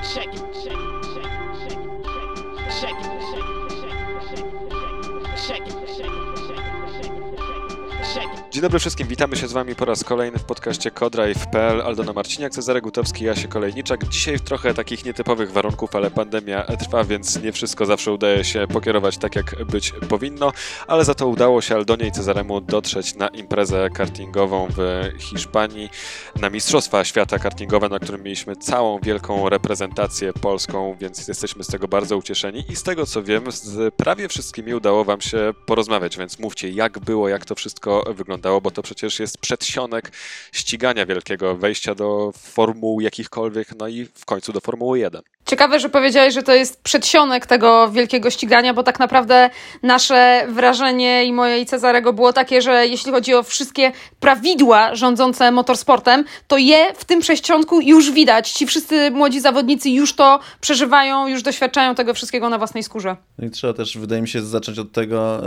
Dzień dobry wszystkim, witamy się z wami po raz kolejny w podcaście Codrive.pl. Aldona Marciniak, Cezary Gutowski, Jasie Kolejniczak. Dzisiaj w trochę takich nietypowych warunków, ale pandemia trwa, więc nie wszystko zawsze udaje się pokierować tak, jak być powinno, ale za to udało się Aldonie i Cezaremu dotrzeć na imprezę kartingową w Hiszpanii, na Mistrzostwa Świata kartingowe, na którym mieliśmy całą wielką reprezentację polską, więc jesteśmy z tego bardzo ucieszeni i z tego co wiem, z prawie wszystkimi udało wam się porozmawiać, więc mówcie, jak było, jak to wszystko wyglądało, bo to przecież jest przedsionek ścigania wielkiego, wejścia do formuł jakichkolwiek, no i w końcu do Formuły 1. Ciekawe, że powiedziałeś, że to jest przedsionek tego wielkiego ścigania, bo tak naprawdę nasze wrażenie i moje i Cezarego było takie, że jeśli chodzi o wszystkie prawidła rządzące motorsportem, to je w tym przedsionku już widać. Ci wszyscy młodzi zawodnicy już to przeżywają, już doświadczają tego wszystkiego na własnej skórze. No i trzeba też, wydaje mi się, zacząć od tego,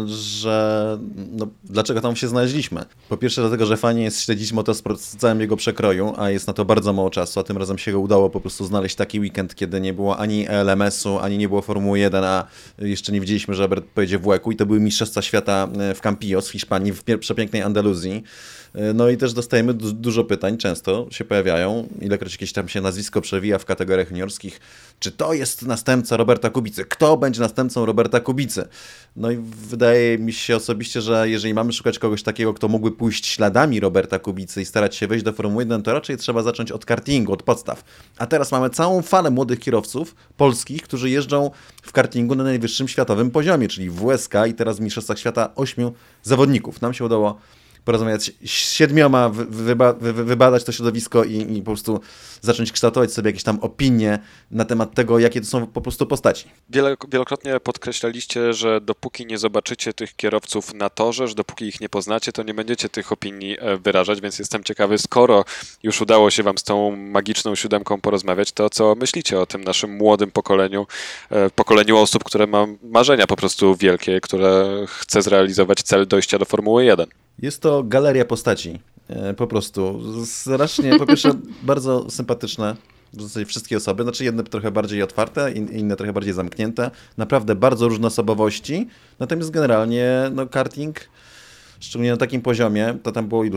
że dlaczego tam się znaleźliśmy. Po pierwsze dlatego, że fajnie jest śledzić motorsport w całym jego przekroju, a jest na to bardzo mało czasu, a tym razem się udało po prostu znaleźć taki weekend, kiedy nie było ani LMS-u, ani nie było Formuły 1, a jeszcze nie wiedzieliśmy, że Robert pojedzie w WEC-u i to były Mistrzostwa Świata w Campillos w Hiszpanii, w przepięknej Andaluzji. No i też dostajemy dużo pytań, często się pojawiają, ilekroć jakieś tam się nazwisko przewija w kategoriach juniorskich, czy to jest następca Roberta Kubicy? Kto będzie następcą Roberta Kubicy? No i wydaje mi się osobiście, że jeżeli mamy szukać kogoś takiego, kto mógłby pójść śladami Roberta Kubicy i starać się wejść do Formuły 1, to raczej trzeba zacząć od kartingu, od podstaw. A teraz mamy całą falę młodych kierowców polskich, którzy jeżdżą w kartingu na najwyższym światowym poziomie, czyli w WSK i teraz w Mistrzostwach Świata 8 zawodników. Nam się udało porozmawiać z 7, wybadać to środowisko i po prostu zacząć kształtować sobie jakieś tam opinie na temat tego, jakie to są po prostu postaci. Wielokrotnie podkreślaliście, że dopóki nie zobaczycie tych kierowców na torze, że dopóki ich nie poznacie, to nie będziecie tych opinii wyrażać, więc jestem ciekawy, skoro już udało się wam z tą magiczną 7 porozmawiać, to co myślicie o tym naszym młodym pokoleniu osób, które ma marzenia po prostu wielkie, które chce zrealizować cel dojścia do Formuły 1? Jest to galeria postaci, po prostu. Strasznie, po pierwsze, bardzo sympatyczne w zasadzie wszystkie osoby, znaczy jedne trochę bardziej otwarte, inne trochę bardziej zamknięte. Naprawdę bardzo różne osobowości, natomiast generalnie karting, szczególnie na takim poziomie, to tam było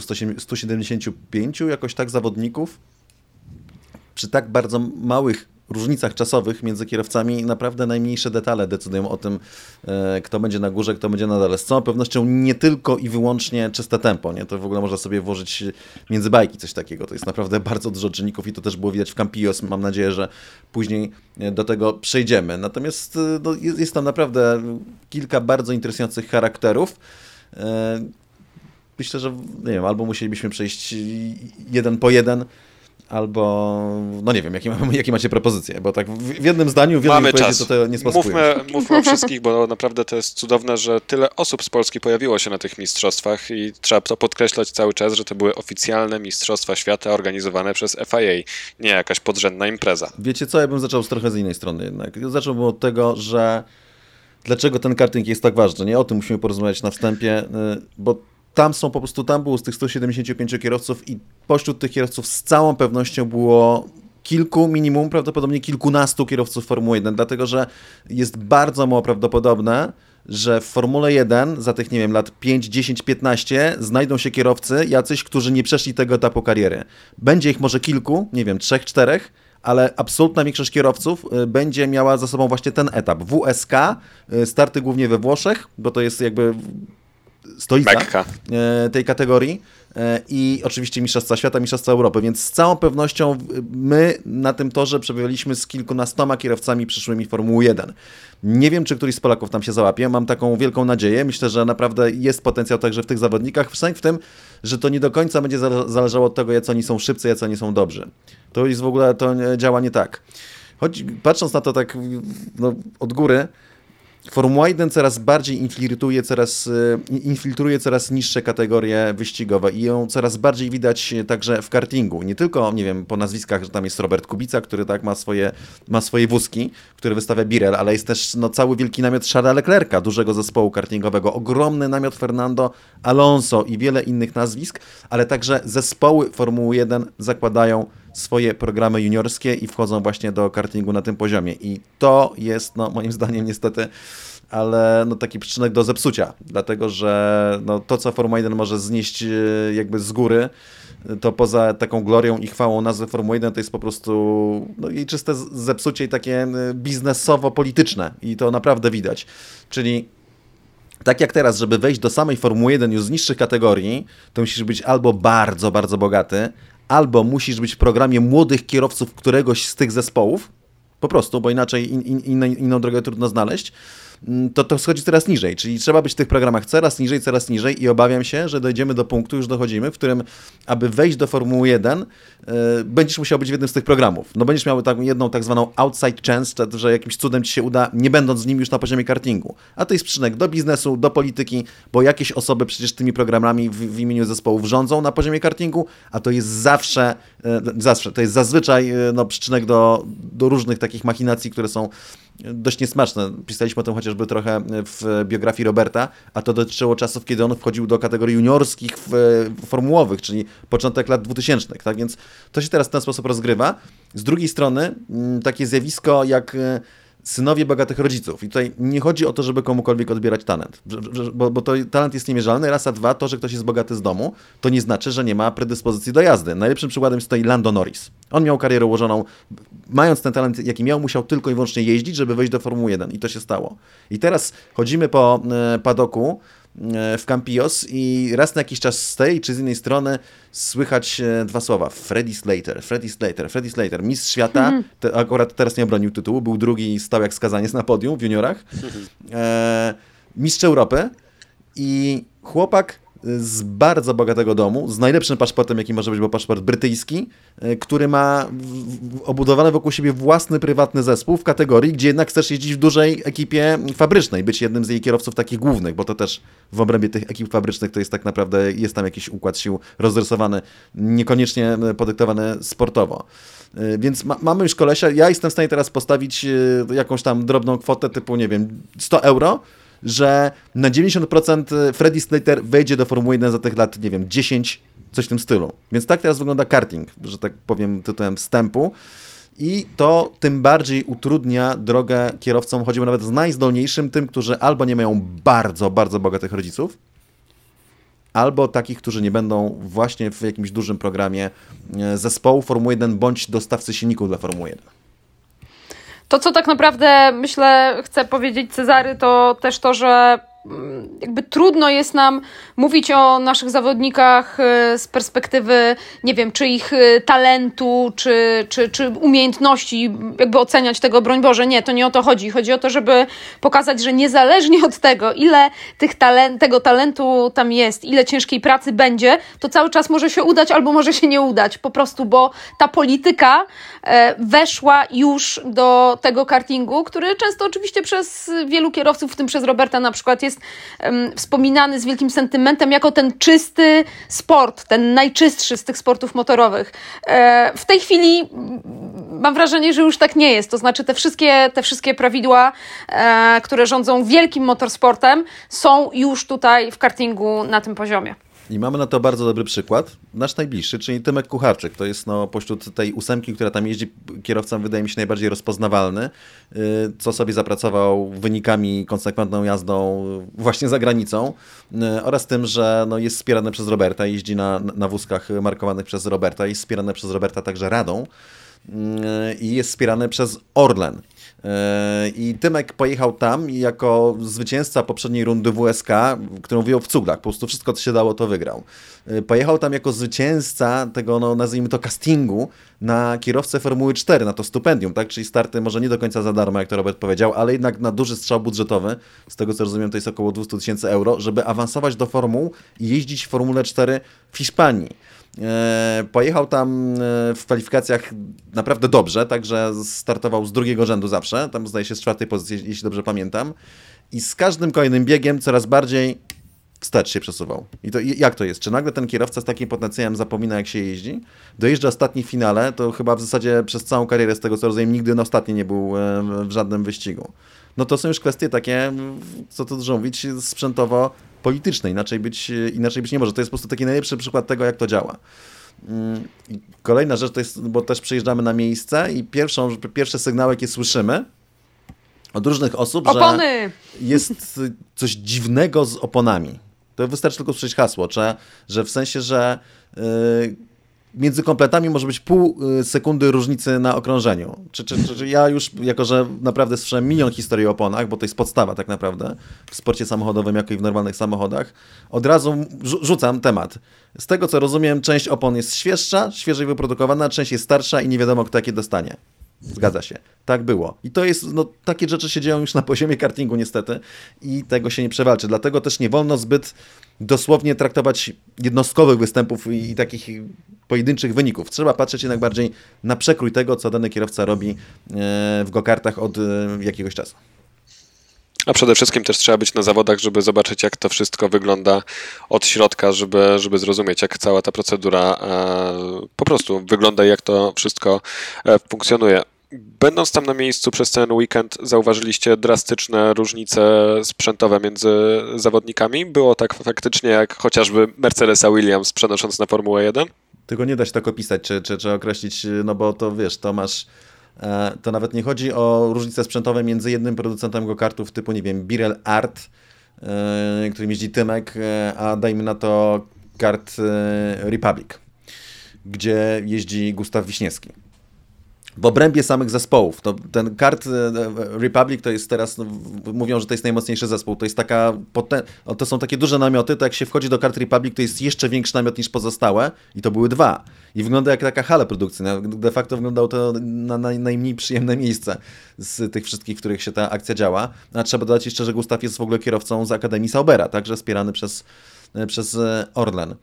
175 jakoś tak zawodników. Przy tak bardzo małych różnicach czasowych między kierowcami naprawdę najmniejsze detale decydują o tym, kto będzie na górze, kto będzie na dole. Z całą pewnością nie tylko i wyłącznie czyste tempo, nie? To w ogóle można sobie włożyć między bajki coś takiego. To jest naprawdę bardzo dużo czynników i to też było widać w Campillos. Mam nadzieję, że później do tego przejdziemy. Natomiast jest tam naprawdę kilka bardzo interesujących charakterów. Myślę, że nie wiem, albo musielibyśmy przejść jeden po jeden, albo, nie wiem, jakie macie propozycje, bo tak w jednym zdaniu, w jednej wypowiedzi to nie sposób. Mówmy o wszystkich, bo naprawdę to jest cudowne, że tyle osób z Polski pojawiło się na tych mistrzostwach i trzeba to podkreślać cały czas, że to były oficjalne Mistrzostwa Świata organizowane przez FIA, nie jakaś podrzędna impreza. Wiecie co, ja bym zaczął trochę z innej strony jednak. Zacząłbym od tego, że dlaczego ten karting jest tak ważny, nie? O tym musimy porozmawiać na wstępie, bo tam było z tych 175 kierowców i pośród tych kierowców z całą pewnością było kilku, minimum prawdopodobnie kilkunastu kierowców Formuły 1, dlatego że jest bardzo mało prawdopodobne, że w Formule 1 za tych, nie wiem, lat 5, 10, 15 znajdą się kierowcy jacyś, którzy nie przeszli tego etapu kariery. Będzie ich może kilku, nie wiem, 3, 4, ale absolutna większość kierowców będzie miała za sobą właśnie ten etap. WSK, starty głównie we Włoszech, bo to jest jakby stolica tej kategorii i oczywiście Mistrzostwa Świata, Mistrzostwa Europy, więc z całą pewnością my na tym torze przebywaliśmy z kilkunastoma kierowcami przyszłymi Formuły 1. Nie wiem, czy któryś z Polaków tam się załapie, mam taką wielką nadzieję, myślę, że naprawdę jest potencjał także w tych zawodnikach, w tym, że to nie do końca będzie zależało od tego, jacy oni są szybcy, jacy oni są dobrzy. To jest w ogóle, to działa nie tak. Choć patrząc na to tak od góry, Formuła 1 coraz bardziej infiltruje coraz niższe kategorie wyścigowe i ją coraz bardziej widać także w kartingu. Nie tylko, nie wiem, po nazwiskach, że tam jest Robert Kubica, który tak ma swoje wózki, który wystawia Birel, ale jest też cały wielki namiot Charlesa Leclerca, dużego zespołu kartingowego, ogromny namiot Fernando Alonso i wiele innych nazwisk, ale także zespoły Formuły 1 zakładają swoje programy juniorskie i wchodzą właśnie do kartingu na tym poziomie. I to jest, no moim zdaniem niestety, ale no taki przyczynek do zepsucia, dlatego że no, to, co Formuła 1 może znieść jakby z góry, to poza taką glorią i chwałą nazwy Formuły 1 to jest po prostu no, jej czyste zepsucie i takie biznesowo-polityczne i to naprawdę widać. Czyli tak jak teraz, żeby wejść do samej Formuły 1 już z niższych kategorii, to musisz być albo bardzo, bardzo bogaty, albo musisz być w programie młodych kierowców któregoś z tych zespołów, po prostu, bo inaczej inną drogę trudno znaleźć, to schodzi coraz niżej, czyli trzeba być w tych programach coraz niżej i obawiam się, że dojdziemy do punktu, już dochodzimy, w którym aby wejść do Formuły 1, będziesz musiał być w jednym z tych programów. No będziesz miał jedną tak zwaną outside chance, że jakimś cudem ci się uda, nie będąc z nimi już na poziomie kartingu. A to jest przyczynek do biznesu, do polityki, bo jakieś osoby przecież tymi programami w imieniu zespołów rządzą na poziomie kartingu, a to jest zazwyczaj przyczynek do różnych takich machinacji, które są dość niesmaczne. Pisaliśmy o tym chociażby trochę w biografii Roberta, a to dotyczyło czasów, kiedy on wchodził do kategorii juniorskich formułowych, czyli początek lat 2000. Tak więc to się teraz w ten sposób rozgrywa. Z drugiej strony takie zjawisko jak synowie bogatych rodziców. I tutaj nie chodzi o to, żeby komukolwiek odbierać talent, bo to talent jest niemierzalny. Raz, a dwa, to, że ktoś jest bogaty z domu, to nie znaczy, że nie ma predyspozycji do jazdy. Najlepszym przykładem jest tutaj Lando Norris. On miał karierę ułożoną, mając ten talent, jaki miał, musiał tylko i wyłącznie jeździć, żeby wejść do Formuły 1 i to się stało. I teraz chodzimy po padoku w Campillos i raz na jakiś czas z tej czy z innej strony słychać dwa słowa. Freddie Slater, mistrz świata, akurat teraz nie obronił tytułu, był drugi i stał jak skazaniec na podium w juniorach, mistrz Europy i chłopak z bardzo bogatego domu, z najlepszym paszportem, jaki może być, bo paszport brytyjski, który ma obudowany wokół siebie własny, prywatny zespół w kategorii, gdzie jednak chcesz jeździć w dużej ekipie fabrycznej, być jednym z jej kierowców takich głównych, bo to też w obrębie tych ekip fabrycznych to jest tak naprawdę, jest tam jakiś układ sił rozrysowany, niekoniecznie podyktowany sportowo. Więc mamy już kolesia, ja jestem w stanie teraz postawić jakąś tam drobną kwotę typu, nie wiem, 100 euro, że na 90% Freddie Slater wejdzie do Formuły 1 za tych lat, nie wiem, 10, coś w tym stylu. Więc tak teraz wygląda karting, że tak powiem tytułem wstępu. I to tym bardziej utrudnia drogę kierowcom, choćby nawet z najzdolniejszym, tym, którzy albo nie mają bardzo, bardzo bogatych rodziców, albo takich, którzy nie będą właśnie w jakimś dużym programie zespołu Formuły 1 bądź dostawcy silników dla Formuły 1. To, co tak naprawdę, myślę, chcę powiedzieć Cezary, to też to, że jakby trudno jest nam mówić o naszych zawodnikach z perspektywy, nie wiem, czy ich talentu, czy umiejętności, jakby oceniać tego, broń Boże, nie, to nie o to chodzi. Chodzi o to, żeby pokazać, że niezależnie od tego, ile tego talentu tam jest, ile ciężkiej pracy będzie, to cały czas może się udać albo może się nie udać, po prostu, bo ta polityka weszła już do tego kartingu, który często oczywiście przez wielu kierowców, w tym przez Roberta na przykład, jest wspominany z wielkim sentymentem jako ten czysty sport, ten najczystszy z tych sportów motorowych. W tej chwili mam wrażenie, że już tak nie jest. To znaczy te wszystkie prawidła, które rządzą wielkim motorsportem, są już tutaj w kartingu na tym poziomie. I mamy na to bardzo dobry przykład, nasz najbliższy, czyli Tymek Kucharczyk. To jest pośród tej ósemki, która tam jeździ, kierowca wydaje mi się najbardziej rozpoznawalny, co sobie zapracował wynikami, konsekwentną jazdą właśnie za granicą oraz tym, że jest wspierany przez Roberta, jeździ na wózkach markowanych przez Roberta, jest wspierany przez Roberta także Radą i jest wspierany przez Orlen. I Tymek pojechał tam jako zwycięzca poprzedniej rundy WSK, którą wyjął w cuglach. Po prostu wszystko, co się dało, to wygrał. Pojechał tam jako zwycięzca tego, nazwijmy to, castingu na kierowcę Formuły 4, na to stypendium, tak? Czyli starty może nie do końca za darmo, jak to Robert powiedział, ale jednak na duży strzał budżetowy, z tego co rozumiem, to jest około 200 000 euro, żeby awansować do formuł i jeździć w Formule 4 w Hiszpanii. Pojechał tam w kwalifikacjach naprawdę dobrze, także startował z drugiego rzędu zawsze, tam zdaje się z 4. pozycji, jeśli dobrze pamiętam, i z każdym kolejnym biegiem coraz bardziej wstecz się przesuwał. I to jak to jest? Czy nagle ten kierowca z takim potencjałem zapomina, jak się jeździ? Dojeżdża ostatni w finale, to chyba w zasadzie przez całą karierę, z tego co rozumiem, nigdy na ostatni nie był w żadnym wyścigu. No to są już kwestie takie, co tu dużo mówić, sprzętowo polityczne, inaczej być nie może. To jest po prostu taki najlepszy przykład tego, jak to działa. Kolejna rzecz to jest, bo też przyjeżdżamy na miejsce i pierwszy sygnał, jaki słyszymy od różnych osób, Opony! że jest coś dziwnego z oponami. To wystarczy tylko słyszeć hasło, że w sensie, że między kompletami może być pół sekundy różnicy na okrążeniu. Czy ja już, jako że naprawdę słyszałem milion historii o oponach, bo to jest podstawa tak naprawdę w sporcie samochodowym, jak i w normalnych samochodach, od razu rzucam temat. Z tego, co rozumiem, część opon jest świeższa, świeżej wyprodukowana, część jest starsza i nie wiadomo, kto jakie dostanie. Zgadza się. Tak było. I to jest, takie rzeczy się dzieją już na poziomie kartingu niestety i tego się nie przewalczy. Dlatego też nie wolno zbyt dosłownie traktować jednostkowych występów i takich pojedynczych wyników. Trzeba patrzeć jednak bardziej na przekrój tego, co dany kierowca robi w go-kartach od jakiegoś czasu. A przede wszystkim też trzeba być na zawodach, żeby zobaczyć, jak to wszystko wygląda od środka, żeby zrozumieć, jak cała ta procedura po prostu wygląda i jak to wszystko funkcjonuje. Będąc tam na miejscu przez ten weekend, zauważyliście drastyczne różnice sprzętowe między zawodnikami? Było tak faktycznie jak chociażby Mercedesa Williams przenosząc na Formułę 1? Tego nie da się tak opisać, czy określić, no bo to wiesz, to masz... To nawet nie chodzi o różnice sprzętowe między jednym producentem go-kartów typu, nie wiem, Birel Art, którym jeździ Tymek, a dajmy na to kart Republic, gdzie jeździ Gustaw Wiśniewski. W obrębie samych zespołów. To ten kart Republic to jest teraz, mówią, że to jest najmocniejszy zespół. To jest to są takie duże namioty, to jak się wchodzi do kart Republic, to jest jeszcze większy namiot niż pozostałe i to były 2. I wygląda jak taka hala produkcyjna. De facto wyglądało to na najmniej przyjemne miejsce z tych wszystkich, w których się ta akcja działa. A trzeba dodać jeszcze, że Gustaw jest w ogóle kierowcą z Akademii Saubera, także wspierany przez Orlen.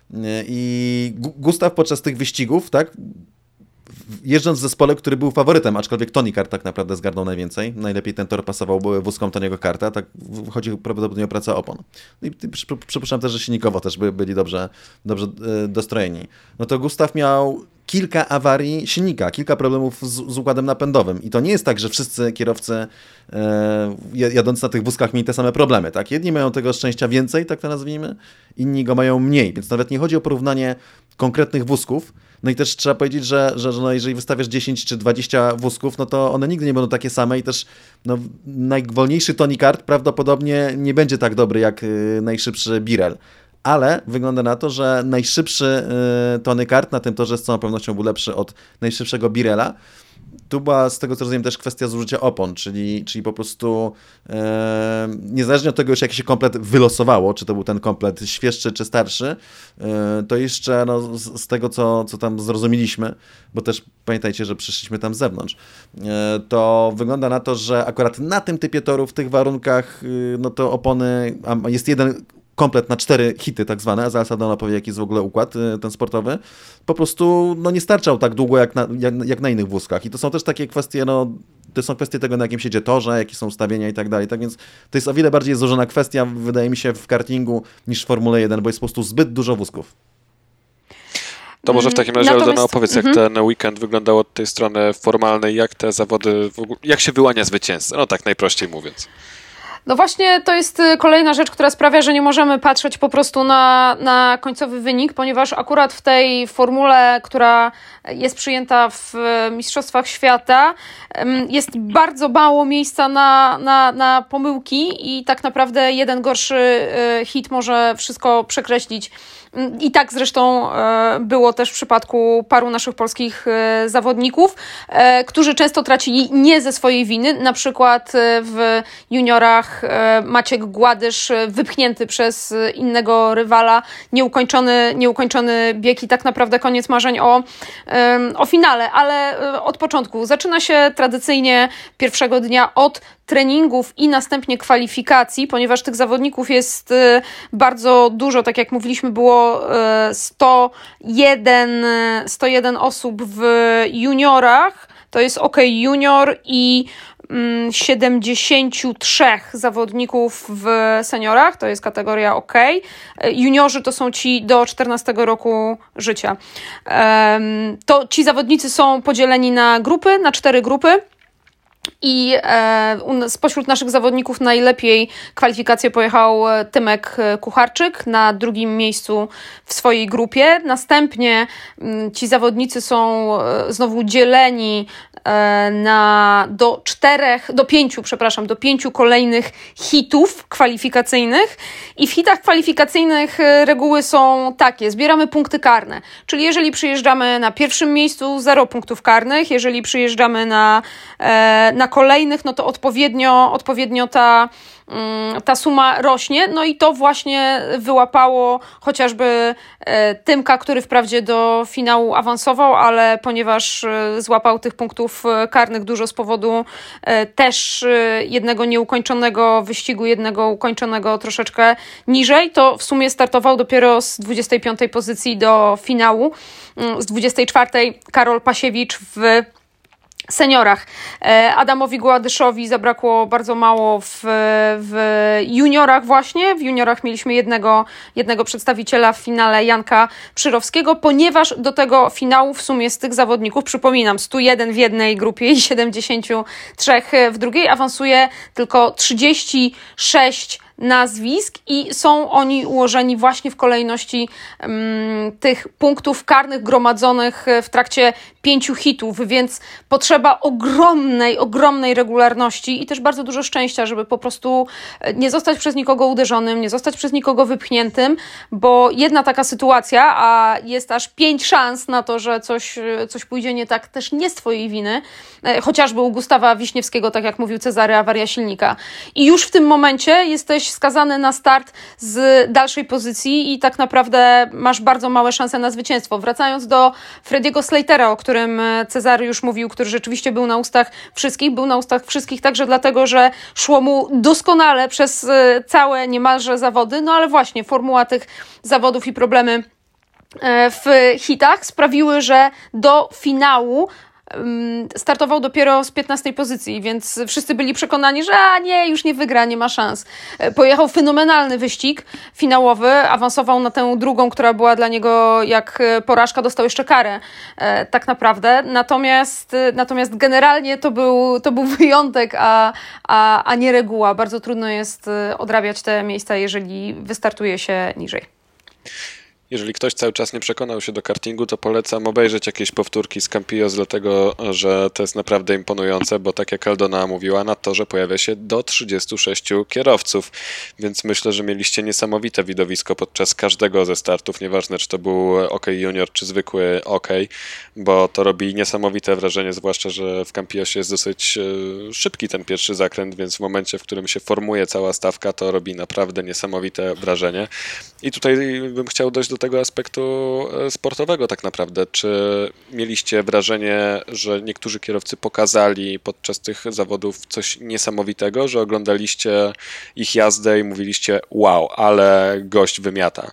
I Gustaw podczas tych wyścigów, tak, jeżdżąc w zespole, który był faworytem, aczkolwiek Tony Kart tak naprawdę zgarnął najwięcej. Najlepiej ten tor pasował wózkom Tony'ego Karta, tak chodzi prawdopodobnie o pracę opon. I przypuszczam też, że silnikowo też byli dobrze dostrojeni. No to Gustaw miał kilka awarii silnika, kilka problemów z układem napędowym. I to nie jest tak, że wszyscy kierowcy jadąc na tych wózkach mieli te same problemy. Tak? Jedni mają tego szczęścia więcej, tak to nazwijmy, inni go mają mniej. Więc nawet nie chodzi o porównanie konkretnych wózków. No i też trzeba powiedzieć, że jeżeli wystawiasz 10 czy 20 wózków, no to one nigdy nie będą takie same i też najwolniejszy Tony Kart prawdopodobnie nie będzie tak dobry jak najszybszy Birel. Ale wygląda na to, że najszybszy Tony Kart na tym torze z całą pewnością był lepszy od najszybszego Birela. Tu była, z tego co rozumiem, też kwestia zużycia opon, czyli po prostu niezależnie od tego już jak się komplet wylosowało, czy to był ten komplet świeższy czy starszy, to jeszcze z tego co tam zrozumieliśmy, bo też pamiętajcie, że przyszliśmy tam z zewnątrz, to wygląda na to, że akurat na tym typie toru, w tych warunkach, no to opony, jest jeden komplet na 4 hity tak zwane, a zaraz Aldona powie, jaki jest w ogóle układ ten sportowy, po prostu nie starczał tak długo jak na innych wózkach. I to są też takie kwestie, to są kwestie tego, na jakim siedzie torze, jakie są ustawienia i tak dalej. Tak więc to jest o wiele bardziej złożona kwestia, wydaje mi się, w kartingu niż w Formule 1, bo jest po prostu zbyt dużo wózków. To może w takim razie, Aldona, opowiedz, jak ten weekend wyglądał od tej strony formalnej, jak te zawody, jak się wyłania zwycięzca, no tak najprościej mówiąc. No właśnie to jest kolejna rzecz, która sprawia, że nie możemy patrzeć po prostu na końcowy wynik, ponieważ akurat w tej formule, która jest przyjęta w Mistrzostwach Świata, jest bardzo mało miejsca na pomyłki i tak naprawdę jeden gorszy hit może wszystko przekreślić. I tak zresztą było też w przypadku paru naszych polskich zawodników, którzy często tracili nie ze swojej winy. Na przykład w juniorach Maciek Gładysz wypchnięty przez innego rywala, nieukończony bieg i tak naprawdę koniec marzeń o finale, ale od początku. Zaczyna się tradycyjnie pierwszego dnia od treningów i następnie kwalifikacji, ponieważ tych zawodników jest bardzo dużo, tak jak mówiliśmy, było 101 osób w juniorach, to jest OK Junior i 73 zawodników w seniorach, to jest kategoria OK. Juniorzy to są ci do 14 roku życia. To ci zawodnicy są podzieleni na 4 grupy. I spośród naszych zawodników najlepiej kwalifikację pojechał Tymek Kucharczyk na drugim miejscu w swojej grupie. Następnie ci zawodnicy są znowu dzieleni do pięciu kolejnych hitów kwalifikacyjnych. I w hitach kwalifikacyjnych reguły są takie: zbieramy punkty karne. Czyli jeżeli przyjeżdżamy na pierwszym miejscu, 0 punktów karnych. Jeżeli przyjeżdżamy na kolejnych, no to odpowiednio ta suma rośnie. No i to właśnie wyłapało chociażby Tymka, który wprawdzie do finału awansował, ale ponieważ złapał tych punktów karnych dużo z powodu też jednego nieukończonego wyścigu, jednego ukończonego troszeczkę niżej, to w sumie startował dopiero z 25. pozycji do finału. Z 24. Karol Pasiewicz w seniorach. Adamowi Goładyszowi zabrakło bardzo mało w juniorach właśnie. W juniorach mieliśmy jednego przedstawiciela w finale, Janka Przyrowskiego, ponieważ do tego finału w sumie z tych zawodników, przypominam, 101 w jednej grupie i 73 w drugiej, awansuje tylko 36 nazwisk i są oni ułożeni właśnie w kolejności tych punktów karnych gromadzonych w trakcie 5 hitów, więc potrzeba ogromnej regularności i też bardzo dużo szczęścia, żeby po prostu nie zostać przez nikogo uderzonym, nie zostać przez nikogo wypchniętym, bo jedna taka sytuacja, a jest aż 5 szans na to, że coś pójdzie nie tak, też nie z twojej winy, chociażby u Gustawa Wiśniewskiego, tak jak mówił Cezary, awaria silnika. I już w tym momencie jesteś skazany na start z dalszej pozycji i tak naprawdę masz bardzo małe szanse na zwycięstwo. Wracając do Frediego Slatera, o którym Cezary już mówił, który rzeczywiście był na ustach wszystkich także dlatego, że szło mu doskonale przez całe niemalże zawody, no ale właśnie formuła tych zawodów i problemy w hitach sprawiły, że do finału startował dopiero z 15 pozycji, więc wszyscy byli przekonani, że już nie wygra, nie ma szans. Pojechał fenomenalny wyścig finałowy, awansował na tę drugą, która była dla niego jak porażka, dostał jeszcze karę tak naprawdę. Natomiast generalnie to był wyjątek, a nie reguła. Bardzo trudno jest odrabiać te miejsca, jeżeli wystartuje się niżej. Jeżeli ktoś cały czas nie przekonał się do kartingu, to polecam obejrzeć jakieś powtórki z Campillos, dlatego że to jest naprawdę imponujące, bo tak jak Aldona mówiła, na torze pojawia się do 36 kierowców, więc myślę, że mieliście niesamowite widowisko podczas każdego ze startów, nieważne czy to był OK Junior czy zwykły OK, bo to robi niesamowite wrażenie, zwłaszcza, że w Campillosie jest dosyć szybki ten pierwszy zakręt, więc w momencie, w którym się formuje cała stawka, to robi naprawdę niesamowite wrażenie. I tutaj bym chciał dojść do tego aspektu sportowego tak naprawdę. Czy mieliście wrażenie, że niektórzy kierowcy pokazali podczas tych zawodów coś niesamowitego, że oglądaliście ich jazdę i mówiliście wow, ale gość wymiata?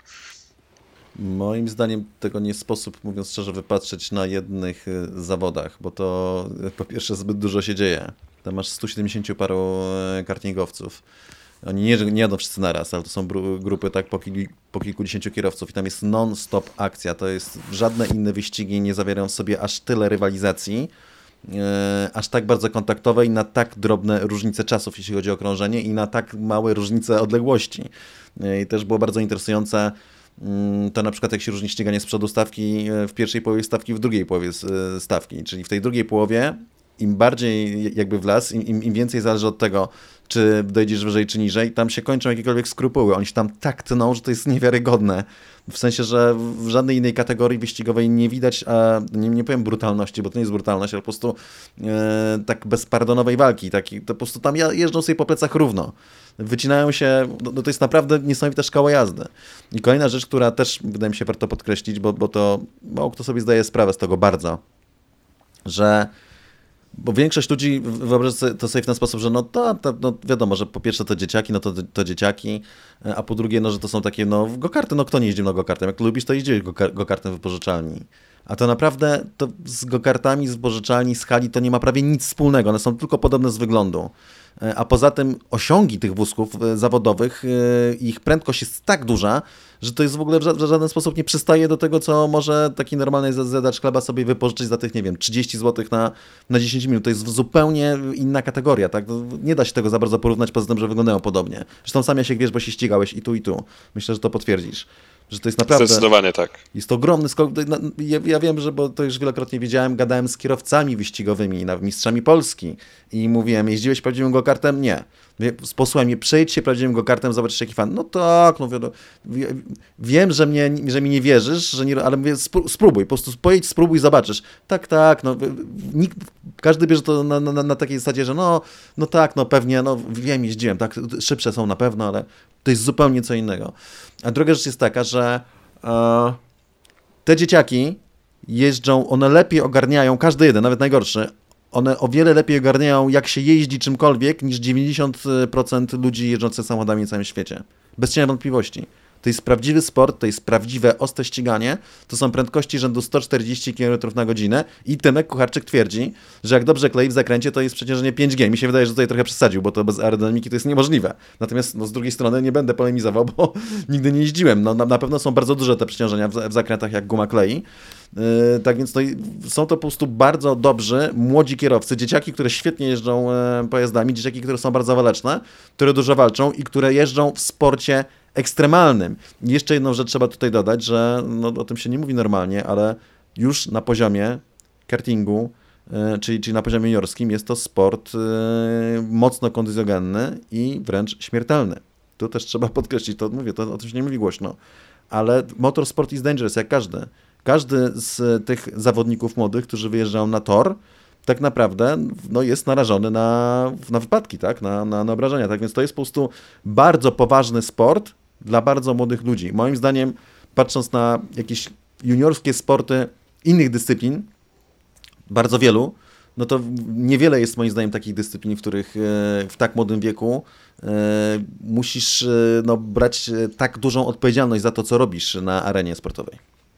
Moim zdaniem tego nie sposób, mówiąc szczerze, wypatrzeć na jednych zawodach, bo to po pierwsze zbyt dużo się dzieje. Tam masz 170 paru kartingowców. Oni nie jadą wszyscy naraz, ale to są grupy tak po kilkudziesięciu kierowców i tam jest non-stop akcja. To jest, żadne inne wyścigi nie zawierają w sobie aż tyle rywalizacji, aż tak bardzo kontaktowej, na tak drobne różnice czasów, jeśli chodzi o krążenie i na tak małe różnice odległości. I też było bardzo interesujące to na przykład jak się różni ściganie z przodu stawki w pierwszej połowie stawki, w drugiej połowie stawki. Czyli w tej drugiej połowie im bardziej jakby w las, im więcej zależy od tego, czy dojdziesz wyżej, czy niżej, tam się kończą jakiekolwiek skrupuły. Oni się tam tak tną, że to jest niewiarygodne. W sensie, że w żadnej innej kategorii wyścigowej nie widać, nie powiem brutalności, bo to nie jest brutalność, ale po prostu tak bezpardonowej walki. To po prostu tam jeżdżą sobie po plecach równo. Wycinają się, to jest naprawdę niesamowita szkoła jazdy. I kolejna rzecz, która też wydaje mi się warto podkreślić, bo to mało kto sobie zdaje sprawę z tego bardzo, że bo większość ludzi wyobraża to sobie w ten sposób, że no wiadomo, że po pierwsze to dzieciaki, no to dzieciaki, a po drugie, no że to są takie, no go-karty, no kto nie jeździł na go-kartem? Jak lubisz, to jeździłeś go-kartem w wypożyczalni. A to naprawdę to z go-kartami, z wypożyczalni, z hali to nie ma prawie nic wspólnego. One są tylko podobne z wyglądu. A poza tym osiągi tych wózków zawodowych, ich prędkość jest tak duża, że to jest w ogóle w żaden sposób nie przystaje do tego, co może taki normalny zjadacz chleba sobie wypożyczyć za tych, nie wiem, 30 zł na 10 minut. To jest zupełnie inna kategoria, tak? Nie da się tego za bardzo porównać, poza tym, że wyglądają podobnie. Zresztą sam Jasiek wiesz, bo się ścigałeś i tu. Myślę, że to potwierdzisz. Że to jest naprawdę... Zdecydowanie tak. Jest ogromny skok. Ja wiem, że, bo to już wielokrotnie widziałem, gadałem z kierowcami wyścigowymi, mistrzami Polski i mówiłem, jeździłeś prawdziwym go-kartem? Nie. Posłuchaj mnie, przejdź się prawdziwym go-kartem, zobaczysz jaki fan. No tak, no wiadomo. Wiem, że mi nie wierzysz, że nie, ale mówię, spróbuj, po prostu pojedź, spróbuj, zobaczysz. Tak, no każdy bierze to na takiej zasadzie, że no tak, no pewnie, no wiem, jeździłem, tak, szybsze są na pewno, ale to jest zupełnie co innego. A druga rzecz jest taka, że te dzieciaki jeżdżą, one lepiej ogarniają, każdy jeden, nawet najgorszy, one o wiele lepiej ogarniają, jak się jeździ czymkolwiek, niż 90% ludzi jeżdżących samochodami na całym świecie. Bez cienia wątpliwości. To jest prawdziwy sport, to jest prawdziwe, ostre ściganie, to są prędkości rzędu 140 km na godzinę i Tymek Kucharczyk twierdzi, że jak dobrze klei w zakręcie, to jest przeciążenie 5G. Mi się wydaje, że tutaj trochę przesadził, bo to bez aerodynamiki to jest niemożliwe. Natomiast z drugiej strony nie będę polemizował, bo nigdy nie jeździłem. Na pewno są bardzo duże te przeciążenia w zakrętach, jak guma klei. Tak więc są to po prostu bardzo dobrzy, młodzi kierowcy, dzieciaki, które świetnie jeżdżą pojazdami, dzieciaki, które są bardzo waleczne, które dużo walczą i które jeżdżą w sporcie ekstremalnym. I jeszcze jedną rzecz trzeba tutaj dodać, że o tym się nie mówi normalnie, ale już na poziomie kartingu, czyli na poziomie juniorskim jest to sport mocno kondycjogenny i wręcz śmiertelny. Tu też trzeba podkreślić, o tym się nie mówi głośno, ale motorsport is dangerous, jak każdy. Każdy z tych zawodników młodych, którzy wyjeżdżają na tor, tak naprawdę jest narażony na wypadki, tak? na obrażenia. Tak więc to jest po prostu bardzo poważny sport dla bardzo młodych ludzi. Moim zdaniem, patrząc na jakieś juniorskie sporty innych dyscyplin, bardzo wielu, no to niewiele jest moim zdaniem takich dyscyplin, w których w tak młodym wieku musisz brać tak dużą odpowiedzialność za to, co robisz na arenie sportowej.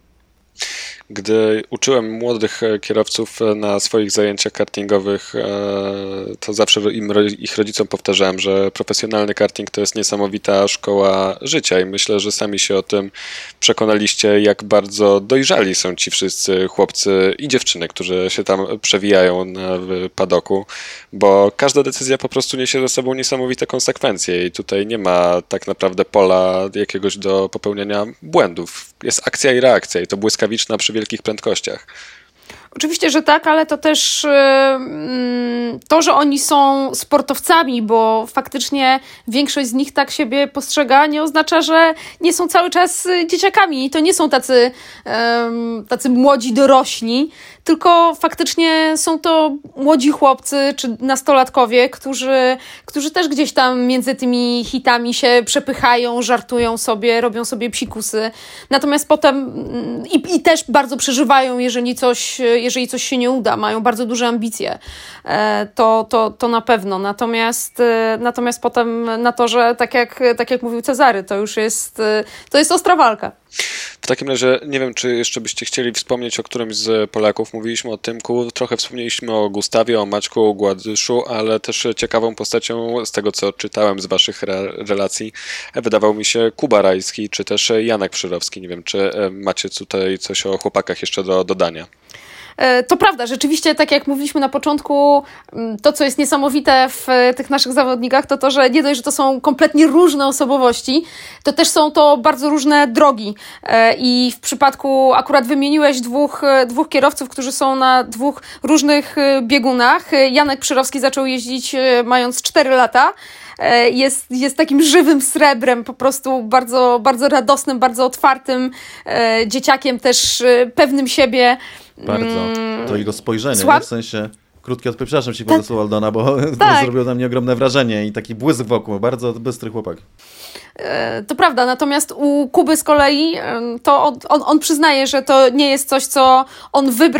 Gdy uczyłem młodych kierowców na swoich zajęciach kartingowych, to zawsze ich rodzicom powtarzałem, że profesjonalny karting to jest niesamowita szkoła życia i myślę, że sami się o tym przekonaliście, jak bardzo dojrzali są ci wszyscy chłopcy i dziewczyny, którzy się tam przewijają w padoku, bo każda decyzja po prostu niesie ze sobą niesamowite konsekwencje i tutaj nie ma tak naprawdę pola jakiegoś do popełniania błędów. Jest akcja i reakcja i to błyskawiczna przy wielkich prędkościach. Oczywiście, że tak, ale to też to, że oni są sportowcami, bo faktycznie większość z nich tak siebie postrzega, nie oznacza, że nie są cały czas dzieciakami. I to nie są tacy młodzi dorośli, tylko faktycznie są to młodzi chłopcy czy nastolatkowie, którzy też gdzieś tam między tymi hitami się przepychają, żartują sobie, robią sobie psikusy. Natomiast potem i też bardzo przeżywają, jeżeli coś się nie uda, mają bardzo duże ambicje, to na pewno. Natomiast potem na torze, tak jak mówił Cezary, to jest ostra walka. W takim razie nie wiem, czy jeszcze byście chcieli wspomnieć o którymś z Polaków. Mówiliśmy o Tymku, trochę wspomnieliśmy o Gustawie, o Maćku Gładyszu, ale też ciekawą postacią z tego, co czytałem z waszych relacji, wydawał mi się Kuba Rajski, czy też Janek Przyrowski. Nie wiem, czy macie tutaj coś o chłopakach jeszcze do dodania. To prawda, rzeczywiście, tak jak mówiliśmy na początku, to, co jest niesamowite w tych naszych zawodnikach, to, że nie dość, że to są kompletnie różne osobowości, to też są to bardzo różne drogi. I w przypadku, akurat wymieniłeś dwóch kierowców, którzy są na dwóch różnych biegunach. Janek Przyrowski zaczął jeździć mając 4 lata. Jest takim żywym srebrem, po prostu bardzo, bardzo radosnym, bardzo otwartym dzieciakiem, też pewnym siebie. Bardzo. To jego spojrzenie, w sensie krótkie przepraszam ci, Słowo Aldona, bo to zrobiło na mnie ogromne wrażenie i taki błysk wokół, bardzo bystry chłopak. To prawda, natomiast u Kuby z kolei to on przyznaje, że to nie jest coś, co on wybrał,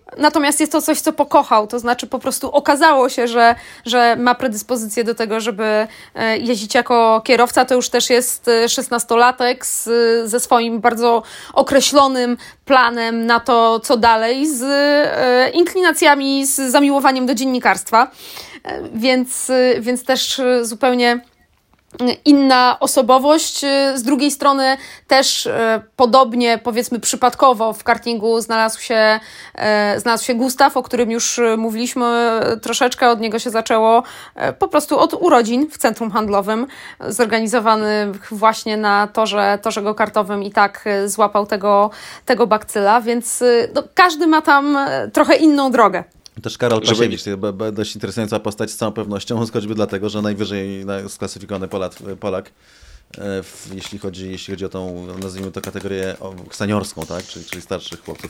natomiast jest to coś, co pokochał, to znaczy po prostu okazało się, że ma predyspozycję do tego, żeby jeździć jako kierowca. To już też jest 16-latek ze swoim bardzo określonym planem na to, co dalej, z inklinacjami, z zamiłowaniem do dziennikarstwa, więc też zupełnie inna osobowość. Z drugiej strony też podobnie, powiedzmy przypadkowo w kartingu znalazł się Gustaw, o którym już mówiliśmy troszeczkę. Od niego się zaczęło po prostu od urodzin w centrum handlowym, zorganizowanych właśnie na torze go-kartowym i tak złapał tego bakcyla, więc każdy ma tam trochę inną drogę. Też Karol Pasiewicz, dość interesująca postać z całą pewnością, choćby dlatego, że najwyżej sklasyfikowany Polak, jeśli chodzi o tą, nazwijmy to, kategorię seniorską, tak? czyli starszych chłopców,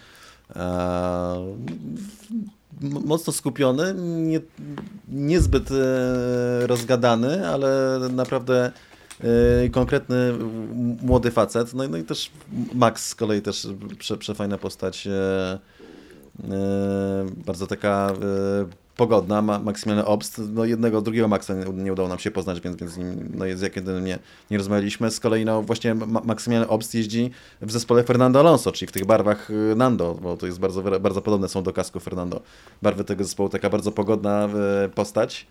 mocno skupiony, niezbyt rozgadany, ale naprawdę konkretny młody facet. No i też Max z kolei też przefajna postać, bardzo taka pogodna, Maksymilian Obst. No jednego, drugiego Maxa nie udało nam się poznać, więc z nim jest jak jedynie nie rozmawialiśmy. Z kolei właśnie Maksymilian Obst jeździ w zespole Fernando Alonso, czyli w tych barwach Nando, bo to jest bardzo, bardzo podobne są do kasku Fernando. Barwy tego zespołu, taka bardzo pogodna postać.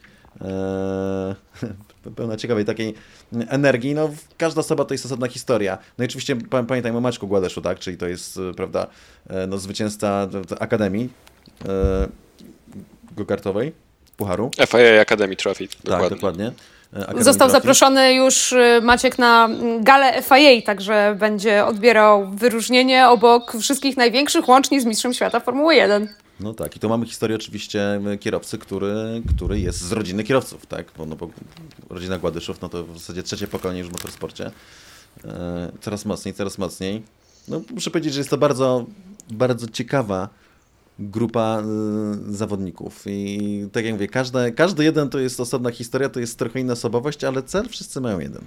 Pełna ciekawej takiej energii. No, każda osoba to jest osobna historia. No i oczywiście pamiętajmy o Maćku Gładeszu, tak? Czyli to jest, prawda, zwycięzca Akademii go-kartowej, Pucharu. FIA Academy Trophy. Tak, dokładnie. Został zaproszony już Maciek na galę FIA, także będzie odbierał wyróżnienie obok wszystkich największych, łącznie z mistrzem świata Formuły 1. No tak, i tu mamy historię oczywiście kierowcy, który jest z rodziny kierowców, tak? Bo rodzina Gładyszów, no to w zasadzie trzecie pokolenie już w motorsporcie. Coraz mocniej. No muszę powiedzieć, że jest to bardzo, bardzo ciekawa grupa zawodników. I tak jak mówię, każdy jeden to jest osobna historia, to jest trochę inna osobowość, ale cel wszyscy mają jeden.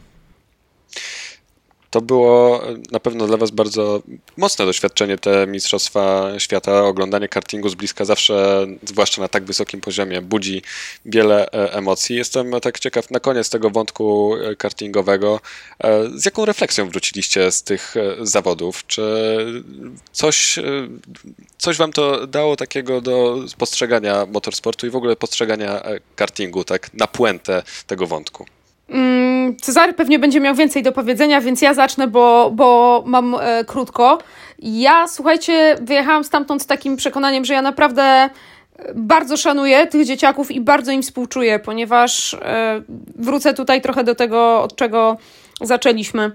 To było na pewno dla was bardzo mocne doświadczenie, te Mistrzostwa Świata. Oglądanie kartingu z bliska zawsze, zwłaszcza na tak wysokim poziomie, budzi wiele emocji. Jestem tak ciekaw na koniec tego wątku kartingowego, z jaką refleksją wróciliście z tych zawodów? Czy coś wam to dało takiego do postrzegania motorsportu i w ogóle postrzegania kartingu, tak na puentę tego wątku? Cezary pewnie będzie miał więcej do powiedzenia, więc ja zacznę, bo mam krótko. Ja, słuchajcie, wyjechałam stamtąd z takim przekonaniem, że ja naprawdę bardzo szanuję tych dzieciaków i bardzo im współczuję, ponieważ wrócę tutaj trochę do tego, od czego zaczęliśmy.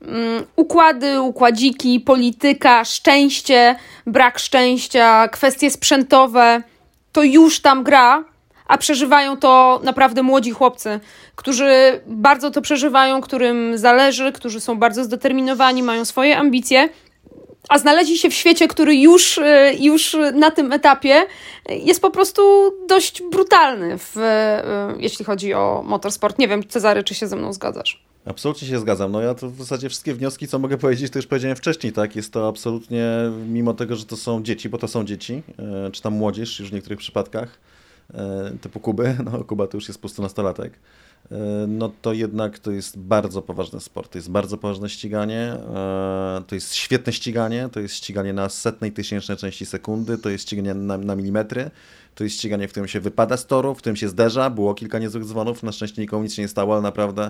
Układy, układziki, polityka, szczęście, brak szczęścia, kwestie sprzętowe, to już tam gra, a przeżywają to naprawdę młodzi chłopcy, którzy bardzo to przeżywają, którym zależy, którzy są bardzo zdeterminowani, mają swoje ambicje, a znaleźli się w świecie, który już na tym etapie jest po prostu dość brutalny, jeśli chodzi o motorsport. Nie wiem, Cezary, czy się ze mną zgadzasz? Absolutnie się zgadzam. No ja to w zasadzie wszystkie wnioski, co mogę powiedzieć, to już powiedziałem wcześniej, tak? Jest to absolutnie, mimo tego, że to są dzieci, bo to są dzieci, czy tam młodzież już w niektórych przypadkach, typu Kuby, no Kuba to już jest po prostu nastolatek, no to jednak to jest bardzo poważny sport, to jest bardzo poważne ściganie, to jest świetne ściganie, to jest ściganie na setnej tysięcznej części sekundy, to jest ściganie na milimetry, to jest ściganie, w którym się wypada z toru, w którym się zderza, było kilka niezłych dzwonów, na szczęście nikomu nic się nie stało, ale naprawdę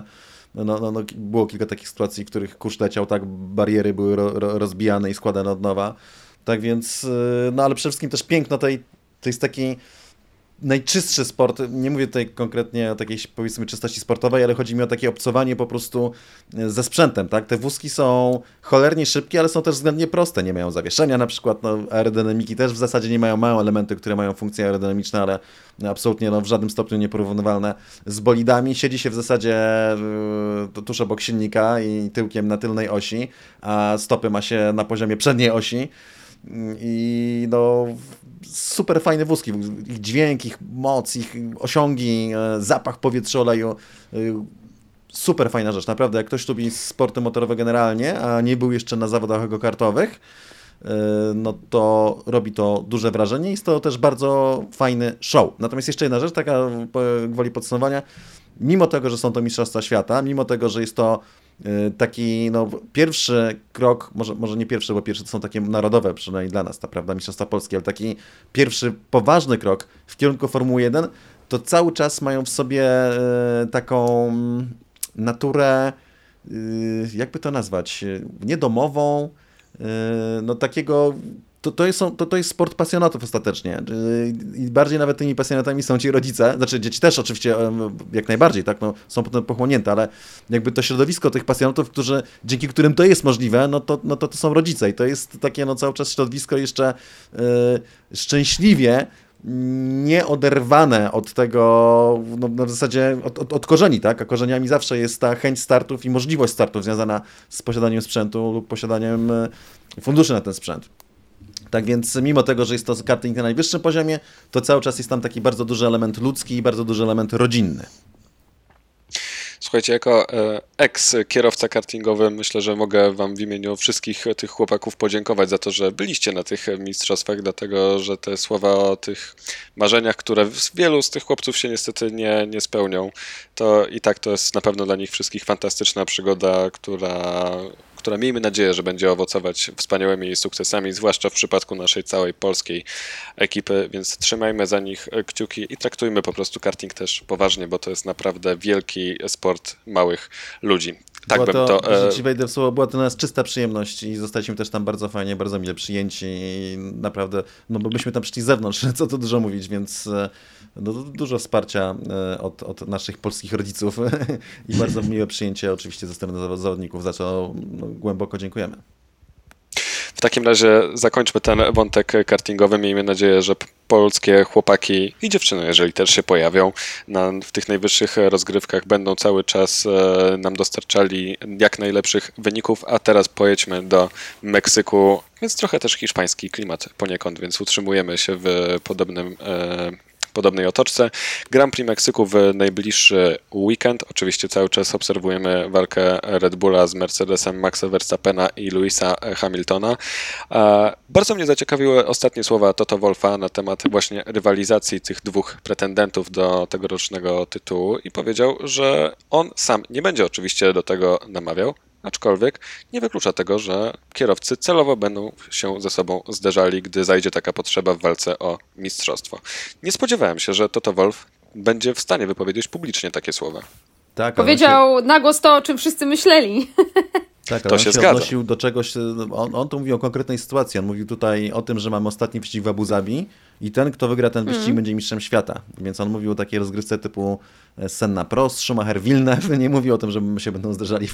było kilka takich sytuacji, w których kurz leciał, tak, bariery były rozbijane i składane od nowa, tak więc, no ale przede wszystkim też piękno to jest taki najczystszy sport, nie mówię tutaj konkretnie o takiej, powiedzmy, czystości sportowej, ale chodzi mi o takie obcowanie po prostu ze sprzętem, tak? Te wózki są cholernie szybkie, ale są też względnie proste, nie mają zawieszenia na przykład, no, aerodynamiki też w zasadzie nie mają, mają elementy, które mają funkcje aerodynamiczne, ale absolutnie w żadnym stopniu nieporównywalne z bolidami. Siedzi się w zasadzie tuż obok silnika i tyłkiem na tylnej osi, a stopy ma się na poziomie przedniej osi. I no super fajne wózki, ich dźwięk, ich moc, ich osiągi, zapach powietrzoleju, super fajna rzecz, naprawdę jak ktoś lubi sporty motorowe generalnie, a nie był jeszcze na zawodach go-kartowych, no to robi to duże wrażenie. Jest to też bardzo fajny show. Natomiast jeszcze jedna rzecz, taka gwoli podsumowania. Mimo tego, że są to Mistrzostwa Świata, mimo tego, że jest to taki pierwszy krok, może nie pierwszy, bo pierwsze to są takie narodowe, przynajmniej dla nas, ta prawda, Mistrzostwa Polskie, ale taki pierwszy poważny krok w kierunku Formuły 1, to cały czas mają w sobie taką naturę, jakby to nazwać, niedomową, takiego. To jest sport pasjonatów ostatecznie. I bardziej nawet tymi pasjonatami są ci rodzice, znaczy dzieci też oczywiście jak najbardziej, tak, są potem pochłonięte, ale jakby to środowisko tych pasjonatów, dzięki którym to jest możliwe, to są rodzice i to jest takie cały czas środowisko jeszcze szczęśliwie nieoderwane od tego, w zasadzie od korzeni, tak? A korzeniami zawsze jest ta chęć startów i możliwość startów związana z posiadaniem sprzętu lub posiadaniem funduszy na ten sprzęt. Tak więc mimo tego, że jest to karting na najwyższym poziomie, to cały czas jest tam taki bardzo duży element ludzki i bardzo duży element rodzinny. Słuchajcie, jako ex-kierowca kartingowy myślę, że mogę wam w imieniu wszystkich tych chłopaków podziękować za to, że byliście na tych mistrzostwach, dlatego że te słowa o tych marzeniach, które wielu z tych chłopców się niestety nie spełnią, to i tak to jest na pewno dla nich wszystkich fantastyczna przygoda, która miejmy nadzieję, że będzie owocować wspaniałymi sukcesami, zwłaszcza w przypadku naszej całej polskiej ekipy, więc trzymajmy za nich kciuki i traktujmy po prostu karting też poważnie, bo to jest naprawdę wielki sport małych ludzi. Tak że ci wejdę w słowo, była to dla nas czysta przyjemność i zostaliśmy też tam bardzo fajnie, bardzo mile przyjęci i naprawdę, bo byśmy tam przyszli z zewnątrz, co tu dużo mówić, więc dużo wsparcia od naszych polskich rodziców i bardzo miłe przyjęcie oczywiście ze strony zawodników, za co głęboko dziękujemy. W takim razie zakończmy ten wątek kartingowy. Miejmy nadzieję, że polskie chłopaki i dziewczyny, jeżeli też się pojawią w tych najwyższych rozgrywkach, będą cały czas nam dostarczali jak najlepszych wyników, a teraz pojedźmy do Meksyku, więc trochę też hiszpański klimat poniekąd, więc utrzymujemy się w podobnej otoczce. Grand Prix Meksyku w najbliższy weekend. Oczywiście cały czas obserwujemy walkę Red Bulla z Mercedesem, Maxa Verstappena i Lewisa Hamiltona. Bardzo mnie zaciekawiły ostatnie słowa Toto Wolffa na temat właśnie rywalizacji tych dwóch pretendentów do tegorocznego tytułu i powiedział, że on sam nie będzie oczywiście do tego namawiał, aczkolwiek nie wyklucza tego, że kierowcy celowo będą się ze sobą zderzali, gdy zajdzie taka potrzeba w walce o mistrzostwo. Nie spodziewałem się, że Toto Wolff będzie w stanie wypowiedzieć publicznie takie słowa. Tak, powiedział na głos to, o czym wszyscy myśleli. Tak, ale on się odnosił do czegoś, on tu mówił o konkretnej sytuacji, on mówił tutaj o tym, że mamy ostatni wyścig w Abu Zabi i ten, kto wygra ten wyścig, będzie mistrzem świata. Więc on mówił o takiej rozgrywce typu Senna Prost, Schumacher Villeneuve, nie mówił o tym, że się będą zderzali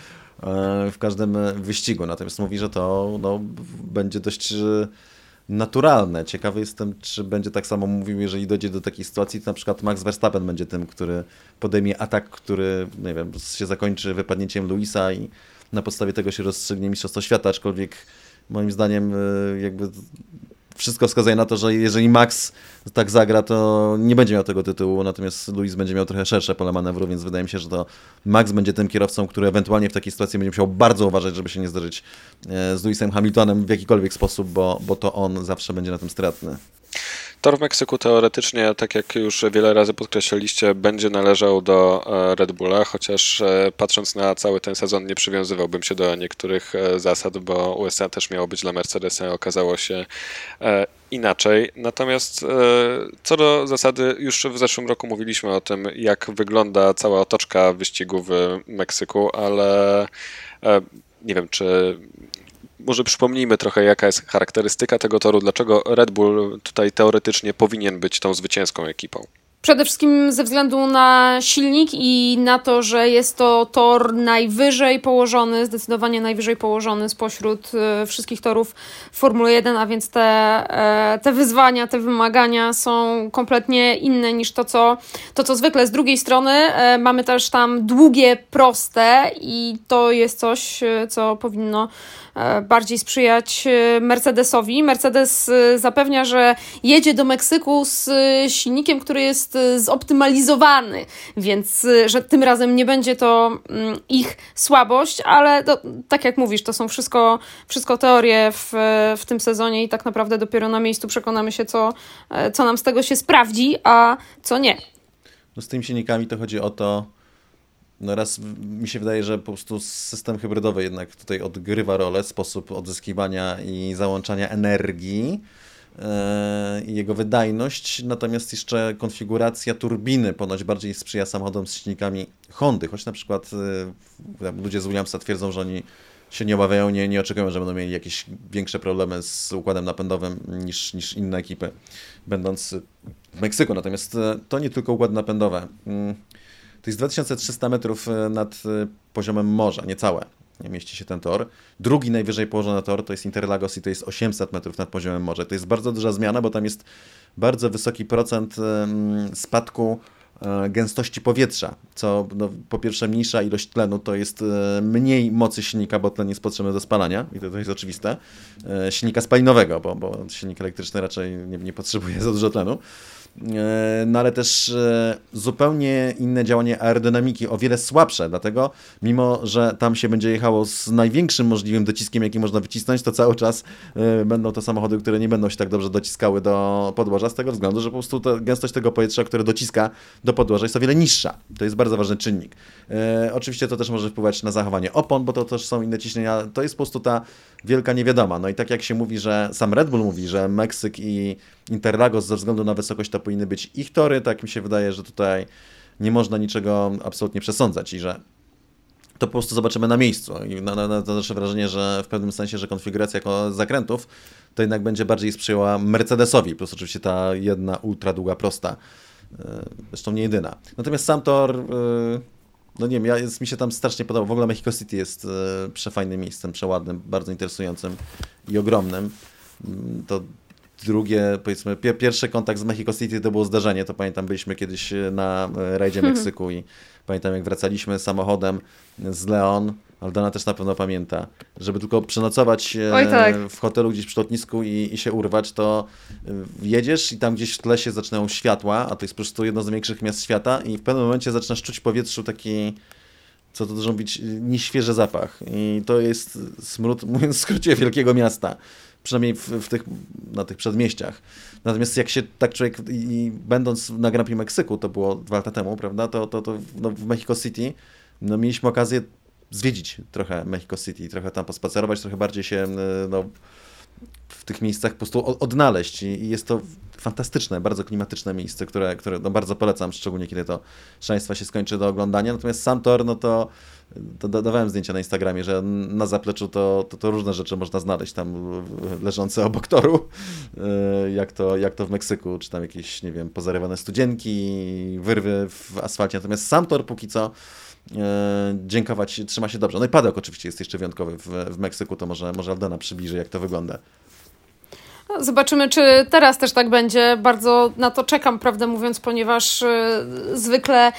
w każdym wyścigu, natomiast mówi, że to będzie dość naturalne. Ciekawy jestem, czy będzie tak samo mówił, jeżeli dojdzie do takiej sytuacji, to na przykład Max Verstappen będzie tym, który podejmie atak, który, nie wiem, się zakończy wypadnięciem Lewisa i na podstawie tego się rozstrzygnie Mistrzostwo Świata, aczkolwiek moim zdaniem jakby wszystko wskazuje na to, że jeżeli Max tak zagra, to nie będzie miał tego tytułu, natomiast Lewis będzie miał trochę szersze pole manewru, więc wydaje mi się, że to Max będzie tym kierowcą, który ewentualnie w takiej sytuacji będzie musiał bardzo uważać, żeby się nie zderzyć z Lewisem Hamiltonem w jakikolwiek sposób, bo to on zawsze będzie na tym stratny. Tor w Meksyku teoretycznie, tak jak już wiele razy podkreśliliście, będzie należał do Red Bulla, chociaż patrząc na cały ten sezon nie przywiązywałbym się do niektórych zasad, bo USA też miało być dla Mercedesa, okazało się inaczej. Natomiast co do zasady, już w zeszłym roku mówiliśmy o tym, jak wygląda cała otoczka wyścigu w Meksyku, ale nie wiem, czy może przypomnijmy trochę, jaka jest charakterystyka tego toru, dlaczego Red Bull tutaj teoretycznie powinien być tą zwycięską ekipą. Przede wszystkim ze względu na silnik i na to, że jest to tor najwyżej położony, zdecydowanie najwyżej położony spośród wszystkich torów Formuły 1, a więc te wyzwania, te wymagania są kompletnie inne niż to, co zwykle. Z drugiej strony mamy też tam długie, proste i to jest coś, co powinno bardziej sprzyjać Mercedesowi. Mercedes zapewnia, że jedzie do Meksyku z silnikiem, który jest jest zoptymalizowany, więc że tym razem nie będzie to ich słabość, ale tak jak mówisz, to są wszystko teorie w tym sezonie i tak naprawdę dopiero na miejscu przekonamy się, co nam z tego się sprawdzi, a co nie. No z tymi silnikami to chodzi o to, no raz mi się wydaje, że po prostu system hybrydowy jednak tutaj odgrywa rolę, sposób odzyskiwania i załączania energii i jego wydajność, natomiast jeszcze konfiguracja turbiny ponoć bardziej sprzyja samochodom z silnikami Hondy, choć na przykład ludzie z Williamsa twierdzą, że oni się nie obawiają, nie oczekują, że będą mieli jakieś większe problemy z układem napędowym niż inne ekipy, będąc w Meksyku. Natomiast to nie tylko układy napędowe. To jest 2300 metrów nad poziomem morza, niecałe. Nie mieści się ten tor. Drugi najwyżej położony tor to jest Interlagos i to jest 800 metrów nad poziomem morza. To jest bardzo duża zmiana, bo tam jest bardzo wysoki procent spadku gęstości powietrza, co no, po pierwsze mniejsza ilość tlenu to jest mniej mocy silnika, bo tlen jest potrzebny do spalania i to jest oczywiste. Silnika spalinowego, bo silnik elektryczny raczej nie potrzebuje za dużo tlenu. No ale też zupełnie inne działanie aerodynamiki, o wiele słabsze, dlatego mimo, że tam się będzie jechało z największym możliwym dociskiem, jaki można wycisnąć, to cały czas będą to samochody, które nie będą się tak dobrze dociskały do podłoża, z tego względu, że po prostu ta gęstość tego powietrza, które dociska do podłoża, jest o wiele niższa. To jest bardzo ważny czynnik. Oczywiście to też może wpływać na zachowanie opon, bo to też są inne ciśnienia. To jest po prostu ta wielka niewiadoma. No i tak jak się mówi, że sam Red Bull mówi, że Meksyk i Interlagos ze względu na wysokość to powinny być ich tory, tak mi się wydaje, że tutaj nie można niczego absolutnie przesądzać i że to po prostu zobaczymy na miejscu. I na nasze wrażenie, że w pewnym sensie, że konfiguracja zakrętów to jednak będzie bardziej sprzyjała Mercedesowi, plus oczywiście ta jedna ultra długa prosta. Zresztą nie jedyna. Natomiast sam tor, no nie wiem, mi się tam strasznie podobał. W ogóle Mexico City jest przefajnym miejscem, przeładnym, bardzo interesującym i ogromnym. To drugie, powiedzmy, pierwszy kontakt z Mexico City to było zdarzenie. To pamiętam, byliśmy kiedyś na rajdzie Meksyku i pamiętam, jak wracaliśmy samochodem z Leon, Aldona też na pewno pamięta, żeby tylko przenocować w hotelu gdzieś przy lotnisku i się urwać, to jedziesz i tam gdzieś w tle się zaczynają światła, a to jest po prostu jedno z największych miast świata i w pewnym momencie zaczynasz czuć w powietrzu taki, co to może być, nieświeży zapach. I to jest smród, mówiąc w skrócie, wielkiego miasta. Przynajmniej na tych przedmieściach. Natomiast jak się tak człowiek, będąc na Grand Prix Meksyku, to było 2 lata temu, prawda, to no, w Mexico City no, mieliśmy okazję zwiedzić trochę Mexico City, trochę tam pospacerować, trochę bardziej się no, w tych miejscach po prostu odnaleźć i jest to fantastyczne, bardzo klimatyczne miejsce, które no, bardzo polecam, szczególnie kiedy to szaleństwa się skończy do oglądania. Natomiast sam tor, no to dawałem zdjęcia na Instagramie, że na zapleczu to różne rzeczy można znaleźć tam leżące obok toru, jak to w Meksyku, czy tam jakieś, nie wiem, pozarywane studzienki, wyrwy w asfalcie. Natomiast sam tor póki co dziękować, trzyma się dobrze. No i paddock oczywiście jest jeszcze wyjątkowy w Meksyku, to może Aldona przybliży, jak to wygląda. Zobaczymy, czy teraz też tak będzie. Bardzo na to czekam, prawdę mówiąc, ponieważ zwykle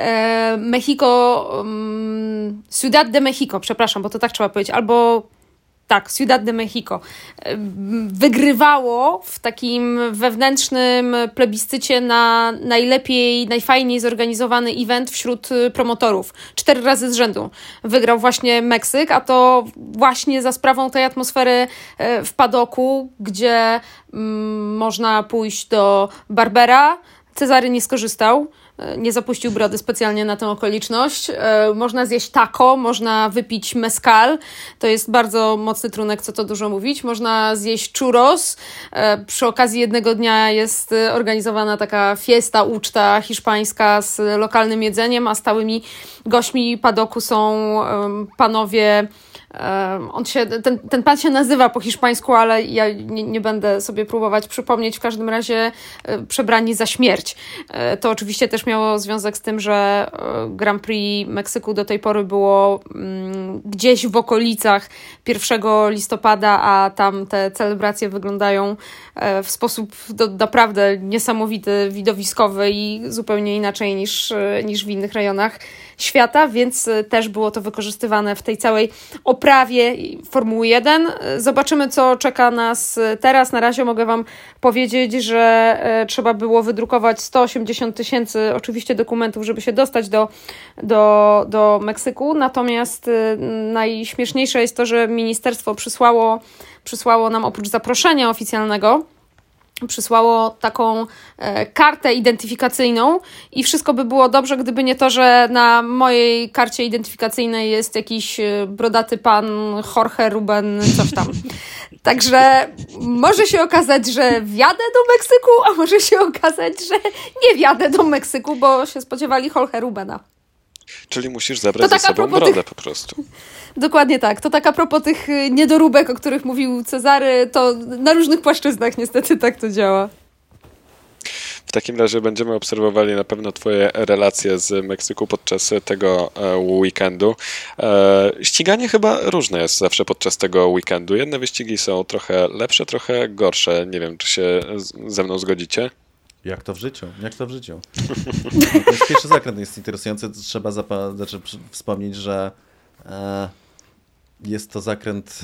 Ciudad de México, przepraszam, bo to tak trzeba powiedzieć, albo tak, Ciudad de México wygrywało w takim wewnętrznym plebiscycie na najfajniej zorganizowany event wśród promotorów. 4 razy z rzędu wygrał właśnie Meksyk, a to właśnie za sprawą tej atmosfery w paddocku, gdzie można pójść do barbera. Cezary nie skorzystał. Nie zapuścił brody specjalnie na tę okoliczność. Można zjeść taco, można wypić mezcal. To jest bardzo mocny trunek, co to dużo mówić. Można zjeść churros. Przy okazji jednego dnia jest organizowana taka fiesta, uczta hiszpańska z lokalnym jedzeniem, a stałymi gośćmi paddocku są panowie. Ten pan się nazywa po hiszpańsku, ale ja nie będę sobie próbować przypomnieć. W każdym razie przebrani za śmierć. To oczywiście też miało związek z tym, że Grand Prix Meksyku do tej pory było gdzieś w okolicach 1 listopada, a tam te celebracje wyglądają w sposób naprawdę niesamowity, widowiskowy i zupełnie inaczej niż w innych rejonach świata, więc też było to wykorzystywane w tej całej oprawie Formuły 1. Zobaczymy, co czeka nas teraz. Na razie mogę Wam powiedzieć, że trzeba było wydrukować 180 000 oczywiście dokumentów, żeby się dostać do Meksyku. Natomiast najśmieszniejsze jest to, że ministerstwo przysłało nam oprócz zaproszenia oficjalnego, przysłało taką kartę identyfikacyjną i wszystko by było dobrze, gdyby nie to, że na mojej karcie identyfikacyjnej jest jakiś brodaty pan Jorge Ruben coś tam. Także może się okazać, że wjadę do Meksyku, a może się okazać, że nie wjadę do Meksyku, bo się spodziewali Jorge Rubena. Czyli musisz zabrać ze sobą brodę po prostu. Dokładnie tak. To tak a propos tych niedoróbek, o których mówił Cezary, to na różnych płaszczyznach niestety tak to działa. W takim razie będziemy obserwowali na pewno Twoje relacje z Meksyku podczas tego weekendu. Ściganie chyba różne jest zawsze podczas tego weekendu. Jedne wyścigi są trochę lepsze, trochę gorsze. Nie wiem, czy się ze mną zgodzicie? Jak to w życiu? No, ten pierwszy zakręt jest interesujący. Trzeba wspomnieć, że jest to zakręt...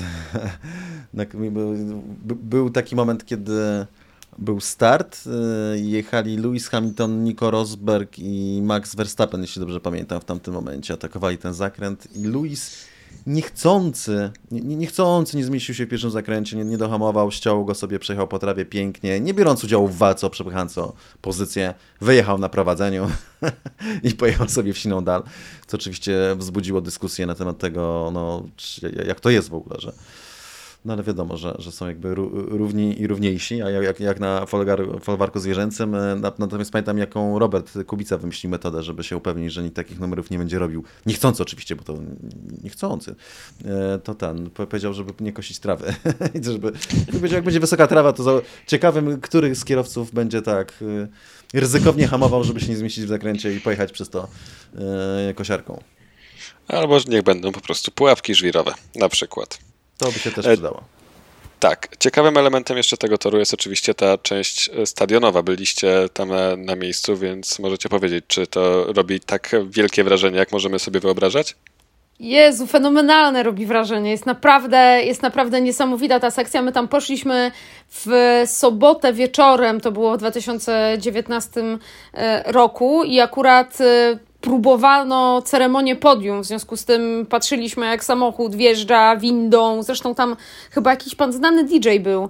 Był taki moment, kiedy był start. Jechali Lewis Hamilton, Nico Rosberg i Max Verstappen, jeśli dobrze pamiętam, w tamtym momencie. Atakowali ten zakręt i Lewis niechcący nie zmieścił się w pierwszym zakręcie, nie dohamował, ściął go sobie, przejechał po trawie pięknie, nie biorąc udziału w walce o przepychance o pozycję, wyjechał na prowadzeniu i pojechał sobie w siną dal, co oczywiście wzbudziło dyskusję na temat tego, jak to jest w ogóle, że no ale wiadomo, że są jakby równi i równiejsi, a jak na folwarku zwierzęcym. Natomiast pamiętam, jaką Robert Kubica wymyślił metodę, żeby się upewnić, że nikt takich numerów nie będzie robił. Niechcący oczywiście, bo to niechcący. To powiedział, żeby nie kosić trawy. Żeby powiedział, jak będzie wysoka trawa, to ciekawym, który z kierowców będzie tak ryzykownie hamował, żeby się nie zmieścić w zakręcie i pojechać przez to kosiarką. Albo niech będą po prostu pułapki żwirowe, na przykład. To by się też przydało. Tak. Ciekawym elementem jeszcze tego toru jest oczywiście ta część stadionowa. Byliście tam na miejscu, więc możecie powiedzieć, czy to robi tak wielkie wrażenie, jak możemy sobie wyobrażać? Jezu, fenomenalne robi wrażenie. Jest naprawdę niesamowita ta sekcja. My tam poszliśmy w sobotę wieczorem, to było w 2019 roku i akurat próbowano ceremonię podium, w związku z tym patrzyliśmy, jak samochód wjeżdża windą, zresztą tam chyba jakiś pan znany DJ był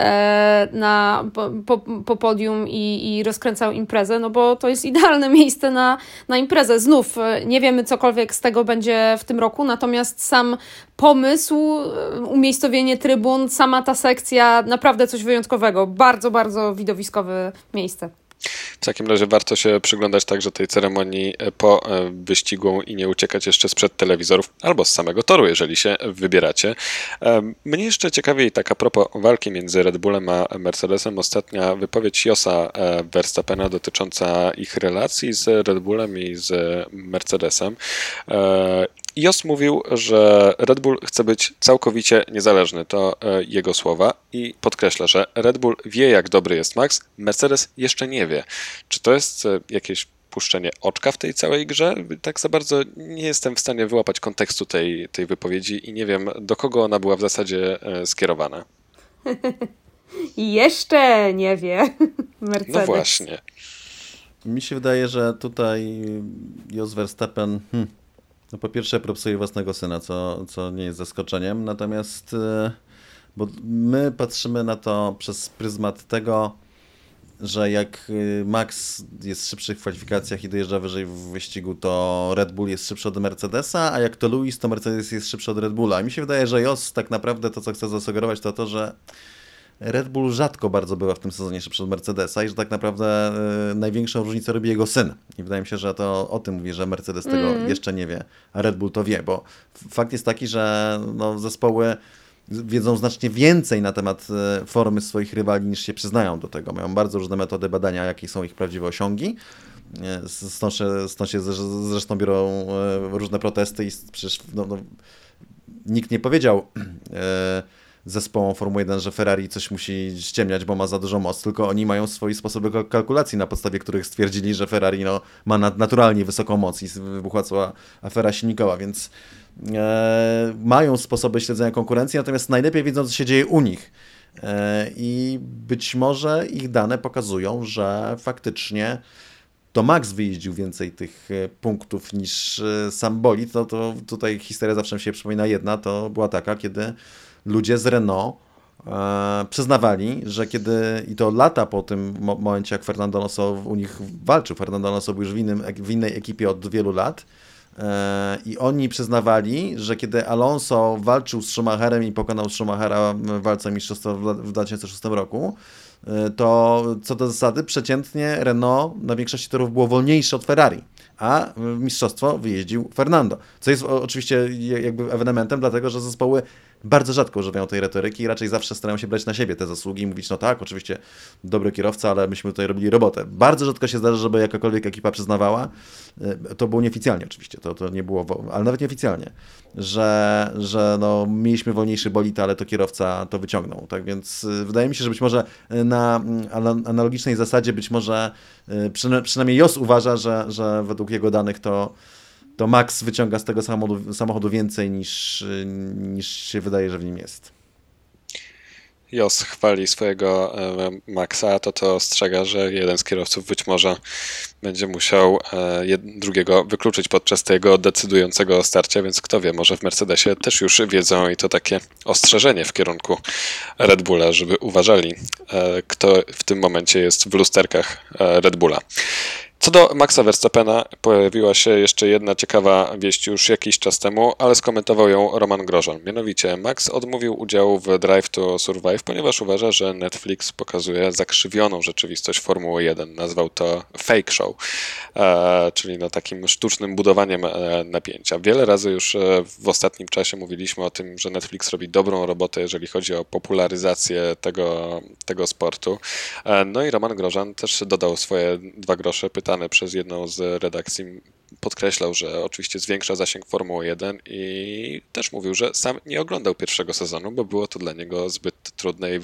po podium i rozkręcał imprezę, no bo to jest idealne miejsce na imprezę. Znów nie wiemy, cokolwiek z tego będzie w tym roku, natomiast sam pomysł, umiejscowienie trybun, sama ta sekcja, naprawdę coś wyjątkowego. Bardzo, bardzo widowiskowe miejsce. W takim razie warto się przyglądać także tej ceremonii po wyścigu i nie uciekać jeszcze sprzed telewizorów albo z samego toru, jeżeli się wybieracie. Mnie jeszcze ciekawiej, tak a propos walki między Red Bullem a Mercedesem, ostatnia wypowiedź Josa Verstappena dotycząca ich relacji z Red Bullem i z Mercedesem. Jos mówił, że Red Bull chce być całkowicie niezależny, to jego słowa, i podkreśla, że Red Bull wie, jak dobry jest Max, Mercedes jeszcze nie wie. Czy to jest jakieś puszczenie oczka w tej całej grze? Tak za bardzo nie jestem w stanie wyłapać kontekstu tej wypowiedzi i nie wiem, do kogo ona była w zasadzie skierowana. Jeszcze nie wie Mercedes. No właśnie. Mi się wydaje, że tutaj Jos Verstappen no po pierwsze propsuje własnego syna, co nie jest zaskoczeniem, natomiast bo my patrzymy na to przez pryzmat tego, że jak Max jest szybszy w kwalifikacjach i dojeżdża wyżej w wyścigu, to Red Bull jest szybszy od Mercedesa, a jak to Lewis, to Mercedes jest szybszy od Red Bulla. I mi się wydaje, że Jos tak naprawdę to, co chce zasugerować, to, że Red Bull rzadko bardzo była w tym sezonie szybszy od Mercedesa i że tak naprawdę największą różnicę robi jego syn. I wydaje mi się, że to o tym mówi, że Mercedes tego jeszcze nie wie, a Red Bull to wie, bo fakt jest taki, że zespoły wiedzą znacznie więcej na temat formy swoich rywali, niż się przyznają do tego. Mają bardzo różne metody badania, jakie są ich prawdziwe osiągi. Stąd się zresztą biorą różne protesty i przecież nikt nie powiedział zespołom Formuły 1, że Ferrari coś musi ściemniać, bo ma za dużą moc, tylko oni mają swoje sposoby kalkulacji, na podstawie których stwierdzili, że Ferrari ma naturalnie wysoką moc i wybuchła cała afera silnikowa, więc mają sposoby śledzenia konkurencji, natomiast najlepiej wiedzą, co się dzieje u nich. I być może ich dane pokazują, że faktycznie to Max wyjeździł więcej tych punktów niż sam bolid. No to tutaj historia zawsze mi się przypomina jedna, to była taka, kiedy ludzie z Renault przyznawali, że i to lata po tym momencie, jak Fernando Alonso u nich walczył, Fernando Alonso był już w innej ekipie od wielu lat, i oni przyznawali, że kiedy Alonso walczył z Schumacherem i pokonał Schumachera w walce mistrzostwa w 2006 roku, to co do zasady przeciętnie Renault na większości torów było wolniejsze od Ferrari, a w mistrzostwo wyjeździł Fernando. Co jest oczywiście jakby ewenementem, dlatego że zespoły bardzo rzadko używają tej retoryki i raczej zawsze starają się brać na siebie te zasługi i mówić, no tak, oczywiście dobry kierowca, ale myśmy tutaj robili robotę. Bardzo rzadko się zdarza, żeby jakakolwiek ekipa przyznawała, to było nieoficjalnie oczywiście, to nie było, ale nawet nieoficjalnie, że no, mieliśmy wolniejszy bolid, ale to kierowca to wyciągnął. Tak więc wydaje mi się, że być może na analogicznej zasadzie, być może przynajmniej Jos uważa, że według jego danych to Max wyciąga z tego samochodu więcej niż się wydaje, że w nim jest. Jos chwali swojego Maxa, to ostrzega, że jeden z kierowców być może będzie musiał drugiego wykluczyć podczas tego decydującego starcia, więc kto wie, może w Mercedesie też już wiedzą i to takie ostrzeżenie w kierunku Red Bulla, żeby uważali, kto w tym momencie jest w lusterkach Red Bulla. Co do Maxa Verstappena, pojawiła się jeszcze jedna ciekawa wieść już jakiś czas temu, ale skomentował ją Roman Grosjean. Mianowicie Max odmówił udziału w Drive to Survive, ponieważ uważa, że Netflix pokazuje zakrzywioną rzeczywistość Formuły 1. Nazwał to fake show, czyli no takim sztucznym budowaniem napięcia. Wiele razy już w ostatnim czasie mówiliśmy o tym, że Netflix robi dobrą robotę, jeżeli chodzi o popularyzację tego sportu. No i Roman Grosjean też dodał swoje 2 grosze, pytany przez jedną z redakcji, podkreślał, że oczywiście zwiększa zasięg Formuły 1 i też mówił, że sam nie oglądał pierwszego sezonu, bo było to dla niego zbyt trudne i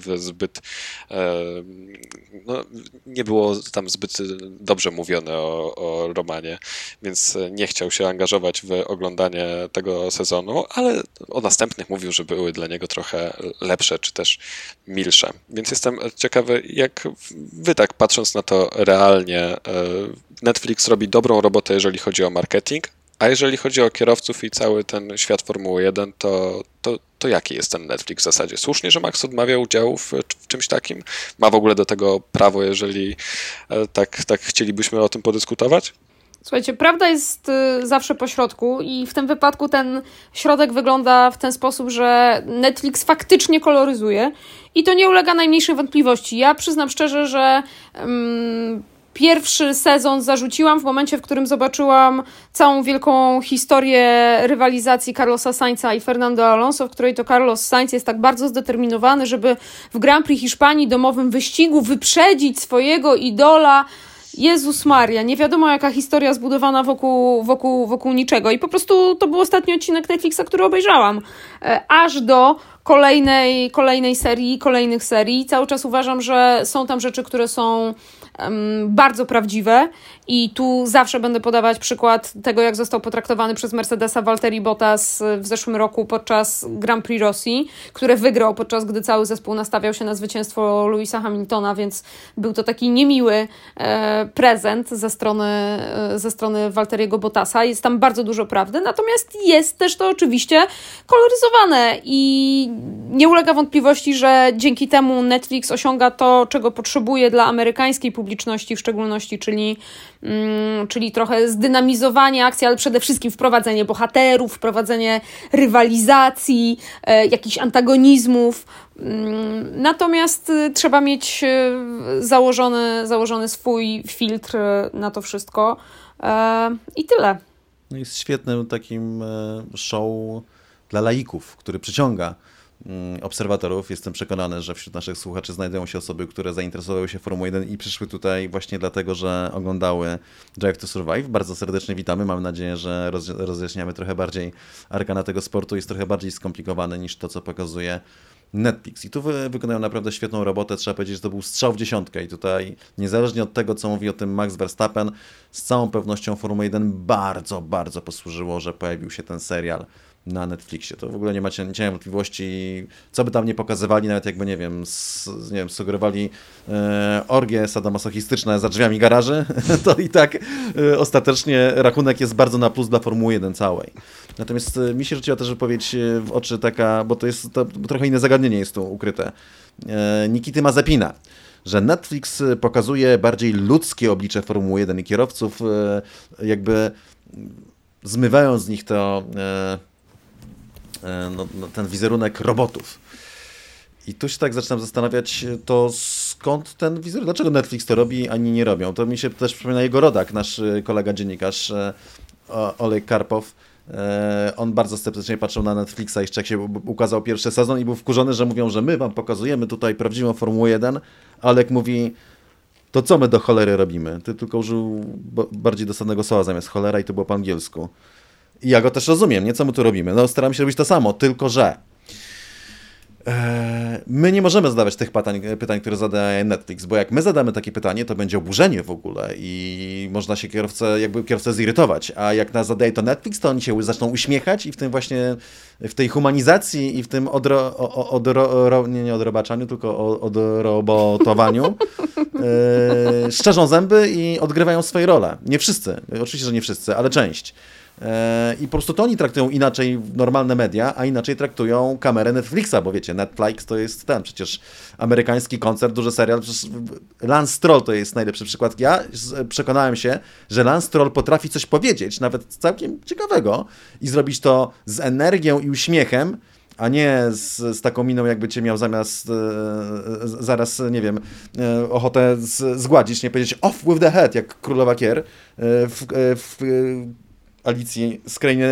nie było tam zbyt dobrze mówione o Romanie, więc nie chciał się angażować w oglądanie tego sezonu, ale o następnych mówił, że były dla niego trochę lepsze, czy też milsze. Więc jestem ciekawy, jak wy tak patrząc na to realnie, Netflix robi dobrą robotę, jeżeli chodzi o marketing, a jeżeli chodzi o kierowców i cały ten świat Formuły 1, to jaki jest ten Netflix w zasadzie? Słusznie, że Max odmawia udziału w czymś takim? Ma w ogóle do tego prawo, jeżeli tak chcielibyśmy o tym podyskutować? Słuchajcie, prawda jest zawsze po środku i w tym wypadku ten środek wygląda w ten sposób, że Netflix faktycznie koloryzuje i to nie ulega najmniejszej wątpliwości. Ja przyznam szczerze, że pierwszy sezon zarzuciłam w momencie, w którym zobaczyłam całą wielką historię rywalizacji Carlosa Sainza i Fernando Alonso, w której to Carlos Sainz jest tak bardzo zdeterminowany, żeby w Grand Prix Hiszpanii domowym wyścigu wyprzedzić swojego idola. Jezus Maria, nie wiadomo jaka historia zbudowana wokół niczego. I po prostu to był ostatni odcinek Netflixa, który obejrzałam. Aż do kolejnej serii, kolejnych serii. Cały czas uważam, że są tam rzeczy, które są bardzo prawdziwe i tu zawsze będę podawać przykład tego, jak został potraktowany przez Mercedesa Valtteri Bottas w zeszłym roku podczas Grand Prix Rosji, które wygrał podczas gdy cały zespół nastawiał się na zwycięstwo Lewisa Hamiltona, więc był to taki niemiły prezent ze strony Valtteriego Bottasa. Jest tam bardzo dużo prawdy, natomiast jest też to oczywiście koloryzowane i nie ulega wątpliwości, że dzięki temu Netflix osiąga to, czego potrzebuje dla amerykańskiej publiczności w szczególności, czyli trochę zdynamizowanie akcji, ale przede wszystkim wprowadzenie bohaterów, wprowadzenie rywalizacji, jakichś antagonizmów. Natomiast trzeba mieć założony swój filtr na to wszystko i tyle. No jest świetnym takim show dla laików, który przyciąga obserwatorów. Jestem przekonany, że wśród naszych słuchaczy znajdują się osoby, które zainteresowały się Formułą 1 i przyszły tutaj właśnie dlatego, że oglądały Drive to Survive. Bardzo serdecznie witamy. Mam nadzieję, że rozjaśniamy trochę bardziej arkana tego sportu. Jest trochę bardziej skomplikowany niż to, co pokazuje Netflix. I tu wykonają naprawdę świetną robotę. Trzeba powiedzieć, że to był strzał w dziesiątkę. I tutaj, niezależnie od tego, co mówi o tym Max Verstappen, z całą pewnością Formuła 1 bardzo, bardzo posłużyło, że pojawił się ten serial na Netflixie. To w ogóle nie macie wątpliwości, co by tam nie pokazywali, nawet jakby, nie wiem, sugerowali orgie sadomasochistyczne za drzwiami garaży, to i tak ostatecznie rachunek jest bardzo na plus dla Formuły 1 całej. Natomiast mi się rzuciła też wypowiedź w oczy taka, bo to jest trochę inne zagadnienie jest tu ukryte, Nikity Mazepina, że Netflix pokazuje bardziej ludzkie oblicze Formuły 1 i kierowców, jakby zmywając z nich to ten wizerunek robotów. I tu się tak zaczynam zastanawiać, to skąd ten wizerunek, dlaczego Netflix to robi, a inni nie robią. To mi się też przypomina jego rodak, nasz kolega dziennikarz Olej Karpow. On bardzo sceptycznie patrzył na Netflixa jeszcze jak się ukazał pierwszy sezon i był wkurzony, że mówią, że my wam pokazujemy tutaj prawdziwą Formułę 1, ale jak mówi, to co my do cholery robimy? Ty tylko użył bardziej dosadnego słowa zamiast cholera i to było po angielsku. I ja go też rozumiem, nie? Co my tu robimy? No staramy się robić to samo, tylko że my nie możemy zadawać tych pytań, które zadaje Netflix, bo jak my zadamy takie pytanie, to będzie oburzenie w ogóle i można się kierowcę zirytować, a jak nas zadaje to Netflix, to oni się zaczną uśmiechać i w tym właśnie, w tej humanizacji i w tym nie odrobaczaniu, tylko odrobotowaniu szczerzą zęby i odgrywają swoje role. Nie wszyscy, oczywiście, że nie wszyscy, ale część. I po prostu to oni traktują inaczej normalne media, a inaczej traktują kamerę Netflixa, bo wiecie, Netflix to jest przecież amerykański koncert, duży serial, przecież Lance Stroll to jest najlepszy przykład. Ja przekonałem się, że Lance Stroll potrafi coś powiedzieć, nawet całkiem ciekawego i zrobić to z energią i uśmiechem, a nie z taką miną, jakby cię miał zaraz, nie wiem, ochotę zgładzić, nie powiedzieć off with the head, jak królowa Kier w Alicji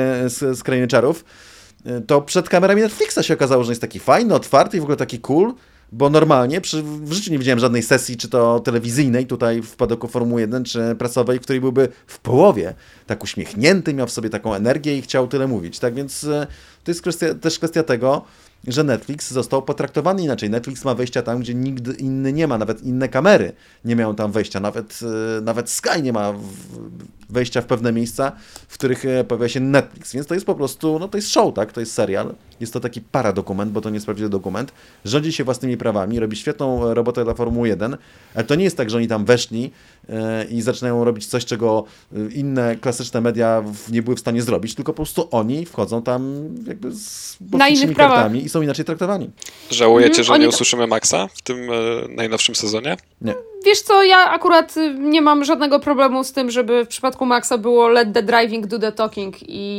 z Krainy Czarów, to przed kamerami Netflixa się okazało, że jest taki fajny, otwarty i w ogóle taki cool, bo normalnie w życiu nie widziałem żadnej sesji, czy to telewizyjnej tutaj w padoku Formuły 1, czy prasowej, w której byłby w połowie tak uśmiechnięty, miał w sobie taką energię i chciał tyle mówić. Tak więc to jest też kwestia tego, że Netflix został potraktowany inaczej. Netflix ma wejścia tam, gdzie nikt inny nie ma, nawet inne kamery nie mają tam wejścia, nawet Sky nie ma wejścia w pewne miejsca, w których pojawia się Netflix, więc to jest po prostu, no to jest show, tak, to jest serial, jest to taki paradokument, bo to nie jest prawdziwy dokument, rządzi się własnymi prawami, robi świetną robotę dla Formuły 1, ale to nie jest tak, że oni tam weszli i zaczynają robić coś, czego inne klasyczne media nie były w stanie zrobić, tylko po prostu oni wchodzą tam jakby z bocznymi kartami i są inaczej traktowani. Żałujecie, że nie usłyszymy Maxa w tym najnowszym sezonie? Nie. Wiesz co, ja akurat nie mam żadnego problemu z tym, żeby w przypadku Maxa było let the driving do the talking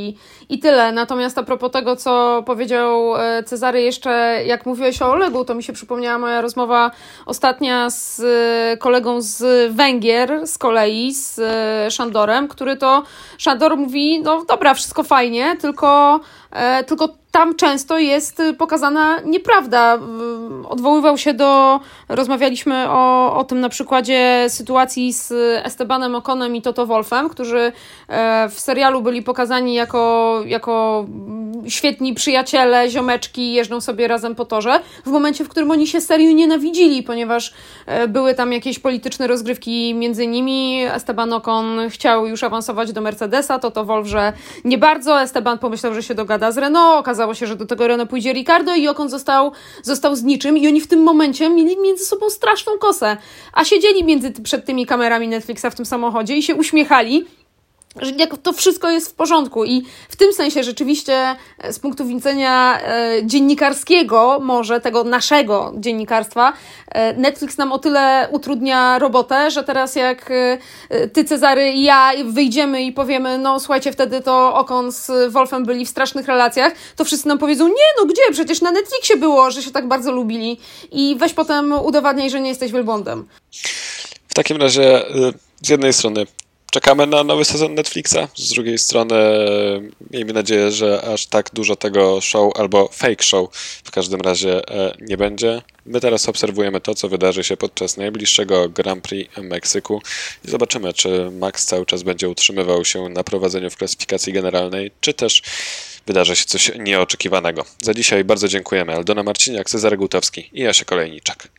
i tyle. Natomiast a propos tego, co powiedział Cezary jeszcze, jak mówiłeś o Olegu, to mi się przypomniała moja rozmowa ostatnia z kolegą z Węgier z kolei, z Szandorem, który to Szandor mówi, no dobra, wszystko fajnie, tylko tam często jest pokazana nieprawda. Odwoływał się rozmawialiśmy o tym na przykładzie sytuacji z Estebanem Oconem i Toto Wolffem, którzy w serialu byli pokazani jako świetni przyjaciele, ziomeczki, jeżdżą sobie razem po torze, w momencie, w którym oni się serio nienawidzili, ponieważ były tam jakieś polityczne rozgrywki między nimi. Esteban Ocon chciał już awansować do Mercedesa, Toto Wolff, że nie bardzo. Esteban pomyślał, że się dogada z Renault, okazało się, że do tego Renault pójdzie Ricardo i Ocon został z niczym i oni w tym momencie mieli między sobą straszną kosę, a siedzieli przed tymi kamerami Netflixa w tym samochodzie i się uśmiechali, że to wszystko jest w porządku i w tym sensie rzeczywiście z punktu widzenia dziennikarskiego, może tego naszego dziennikarstwa, Netflix nam o tyle utrudnia robotę, że teraz jak ty, Cezary i ja wyjdziemy i powiemy, no słuchajcie, wtedy to Ocon z Wolffem byli w strasznych relacjach, to wszyscy nam powiedzą, nie no gdzie, przecież na Netflixie było, że się tak bardzo lubili i weź potem udowadniaj, że nie jesteś wielbłądem. W takim razie z jednej strony czekamy na nowy sezon Netflixa. Z drugiej strony miejmy nadzieję, że aż tak dużo tego show albo fake show w każdym razie nie będzie. My teraz obserwujemy to, co wydarzy się podczas najbliższego Grand Prix Meksyku i zobaczymy, czy Max cały czas będzie utrzymywał się na prowadzeniu w klasyfikacji generalnej, czy też wydarzy się coś nieoczekiwanego. Za dzisiaj bardzo dziękujemy. Aldona Marciniak, Cezary Gutowski i Jasia Kolejniczak.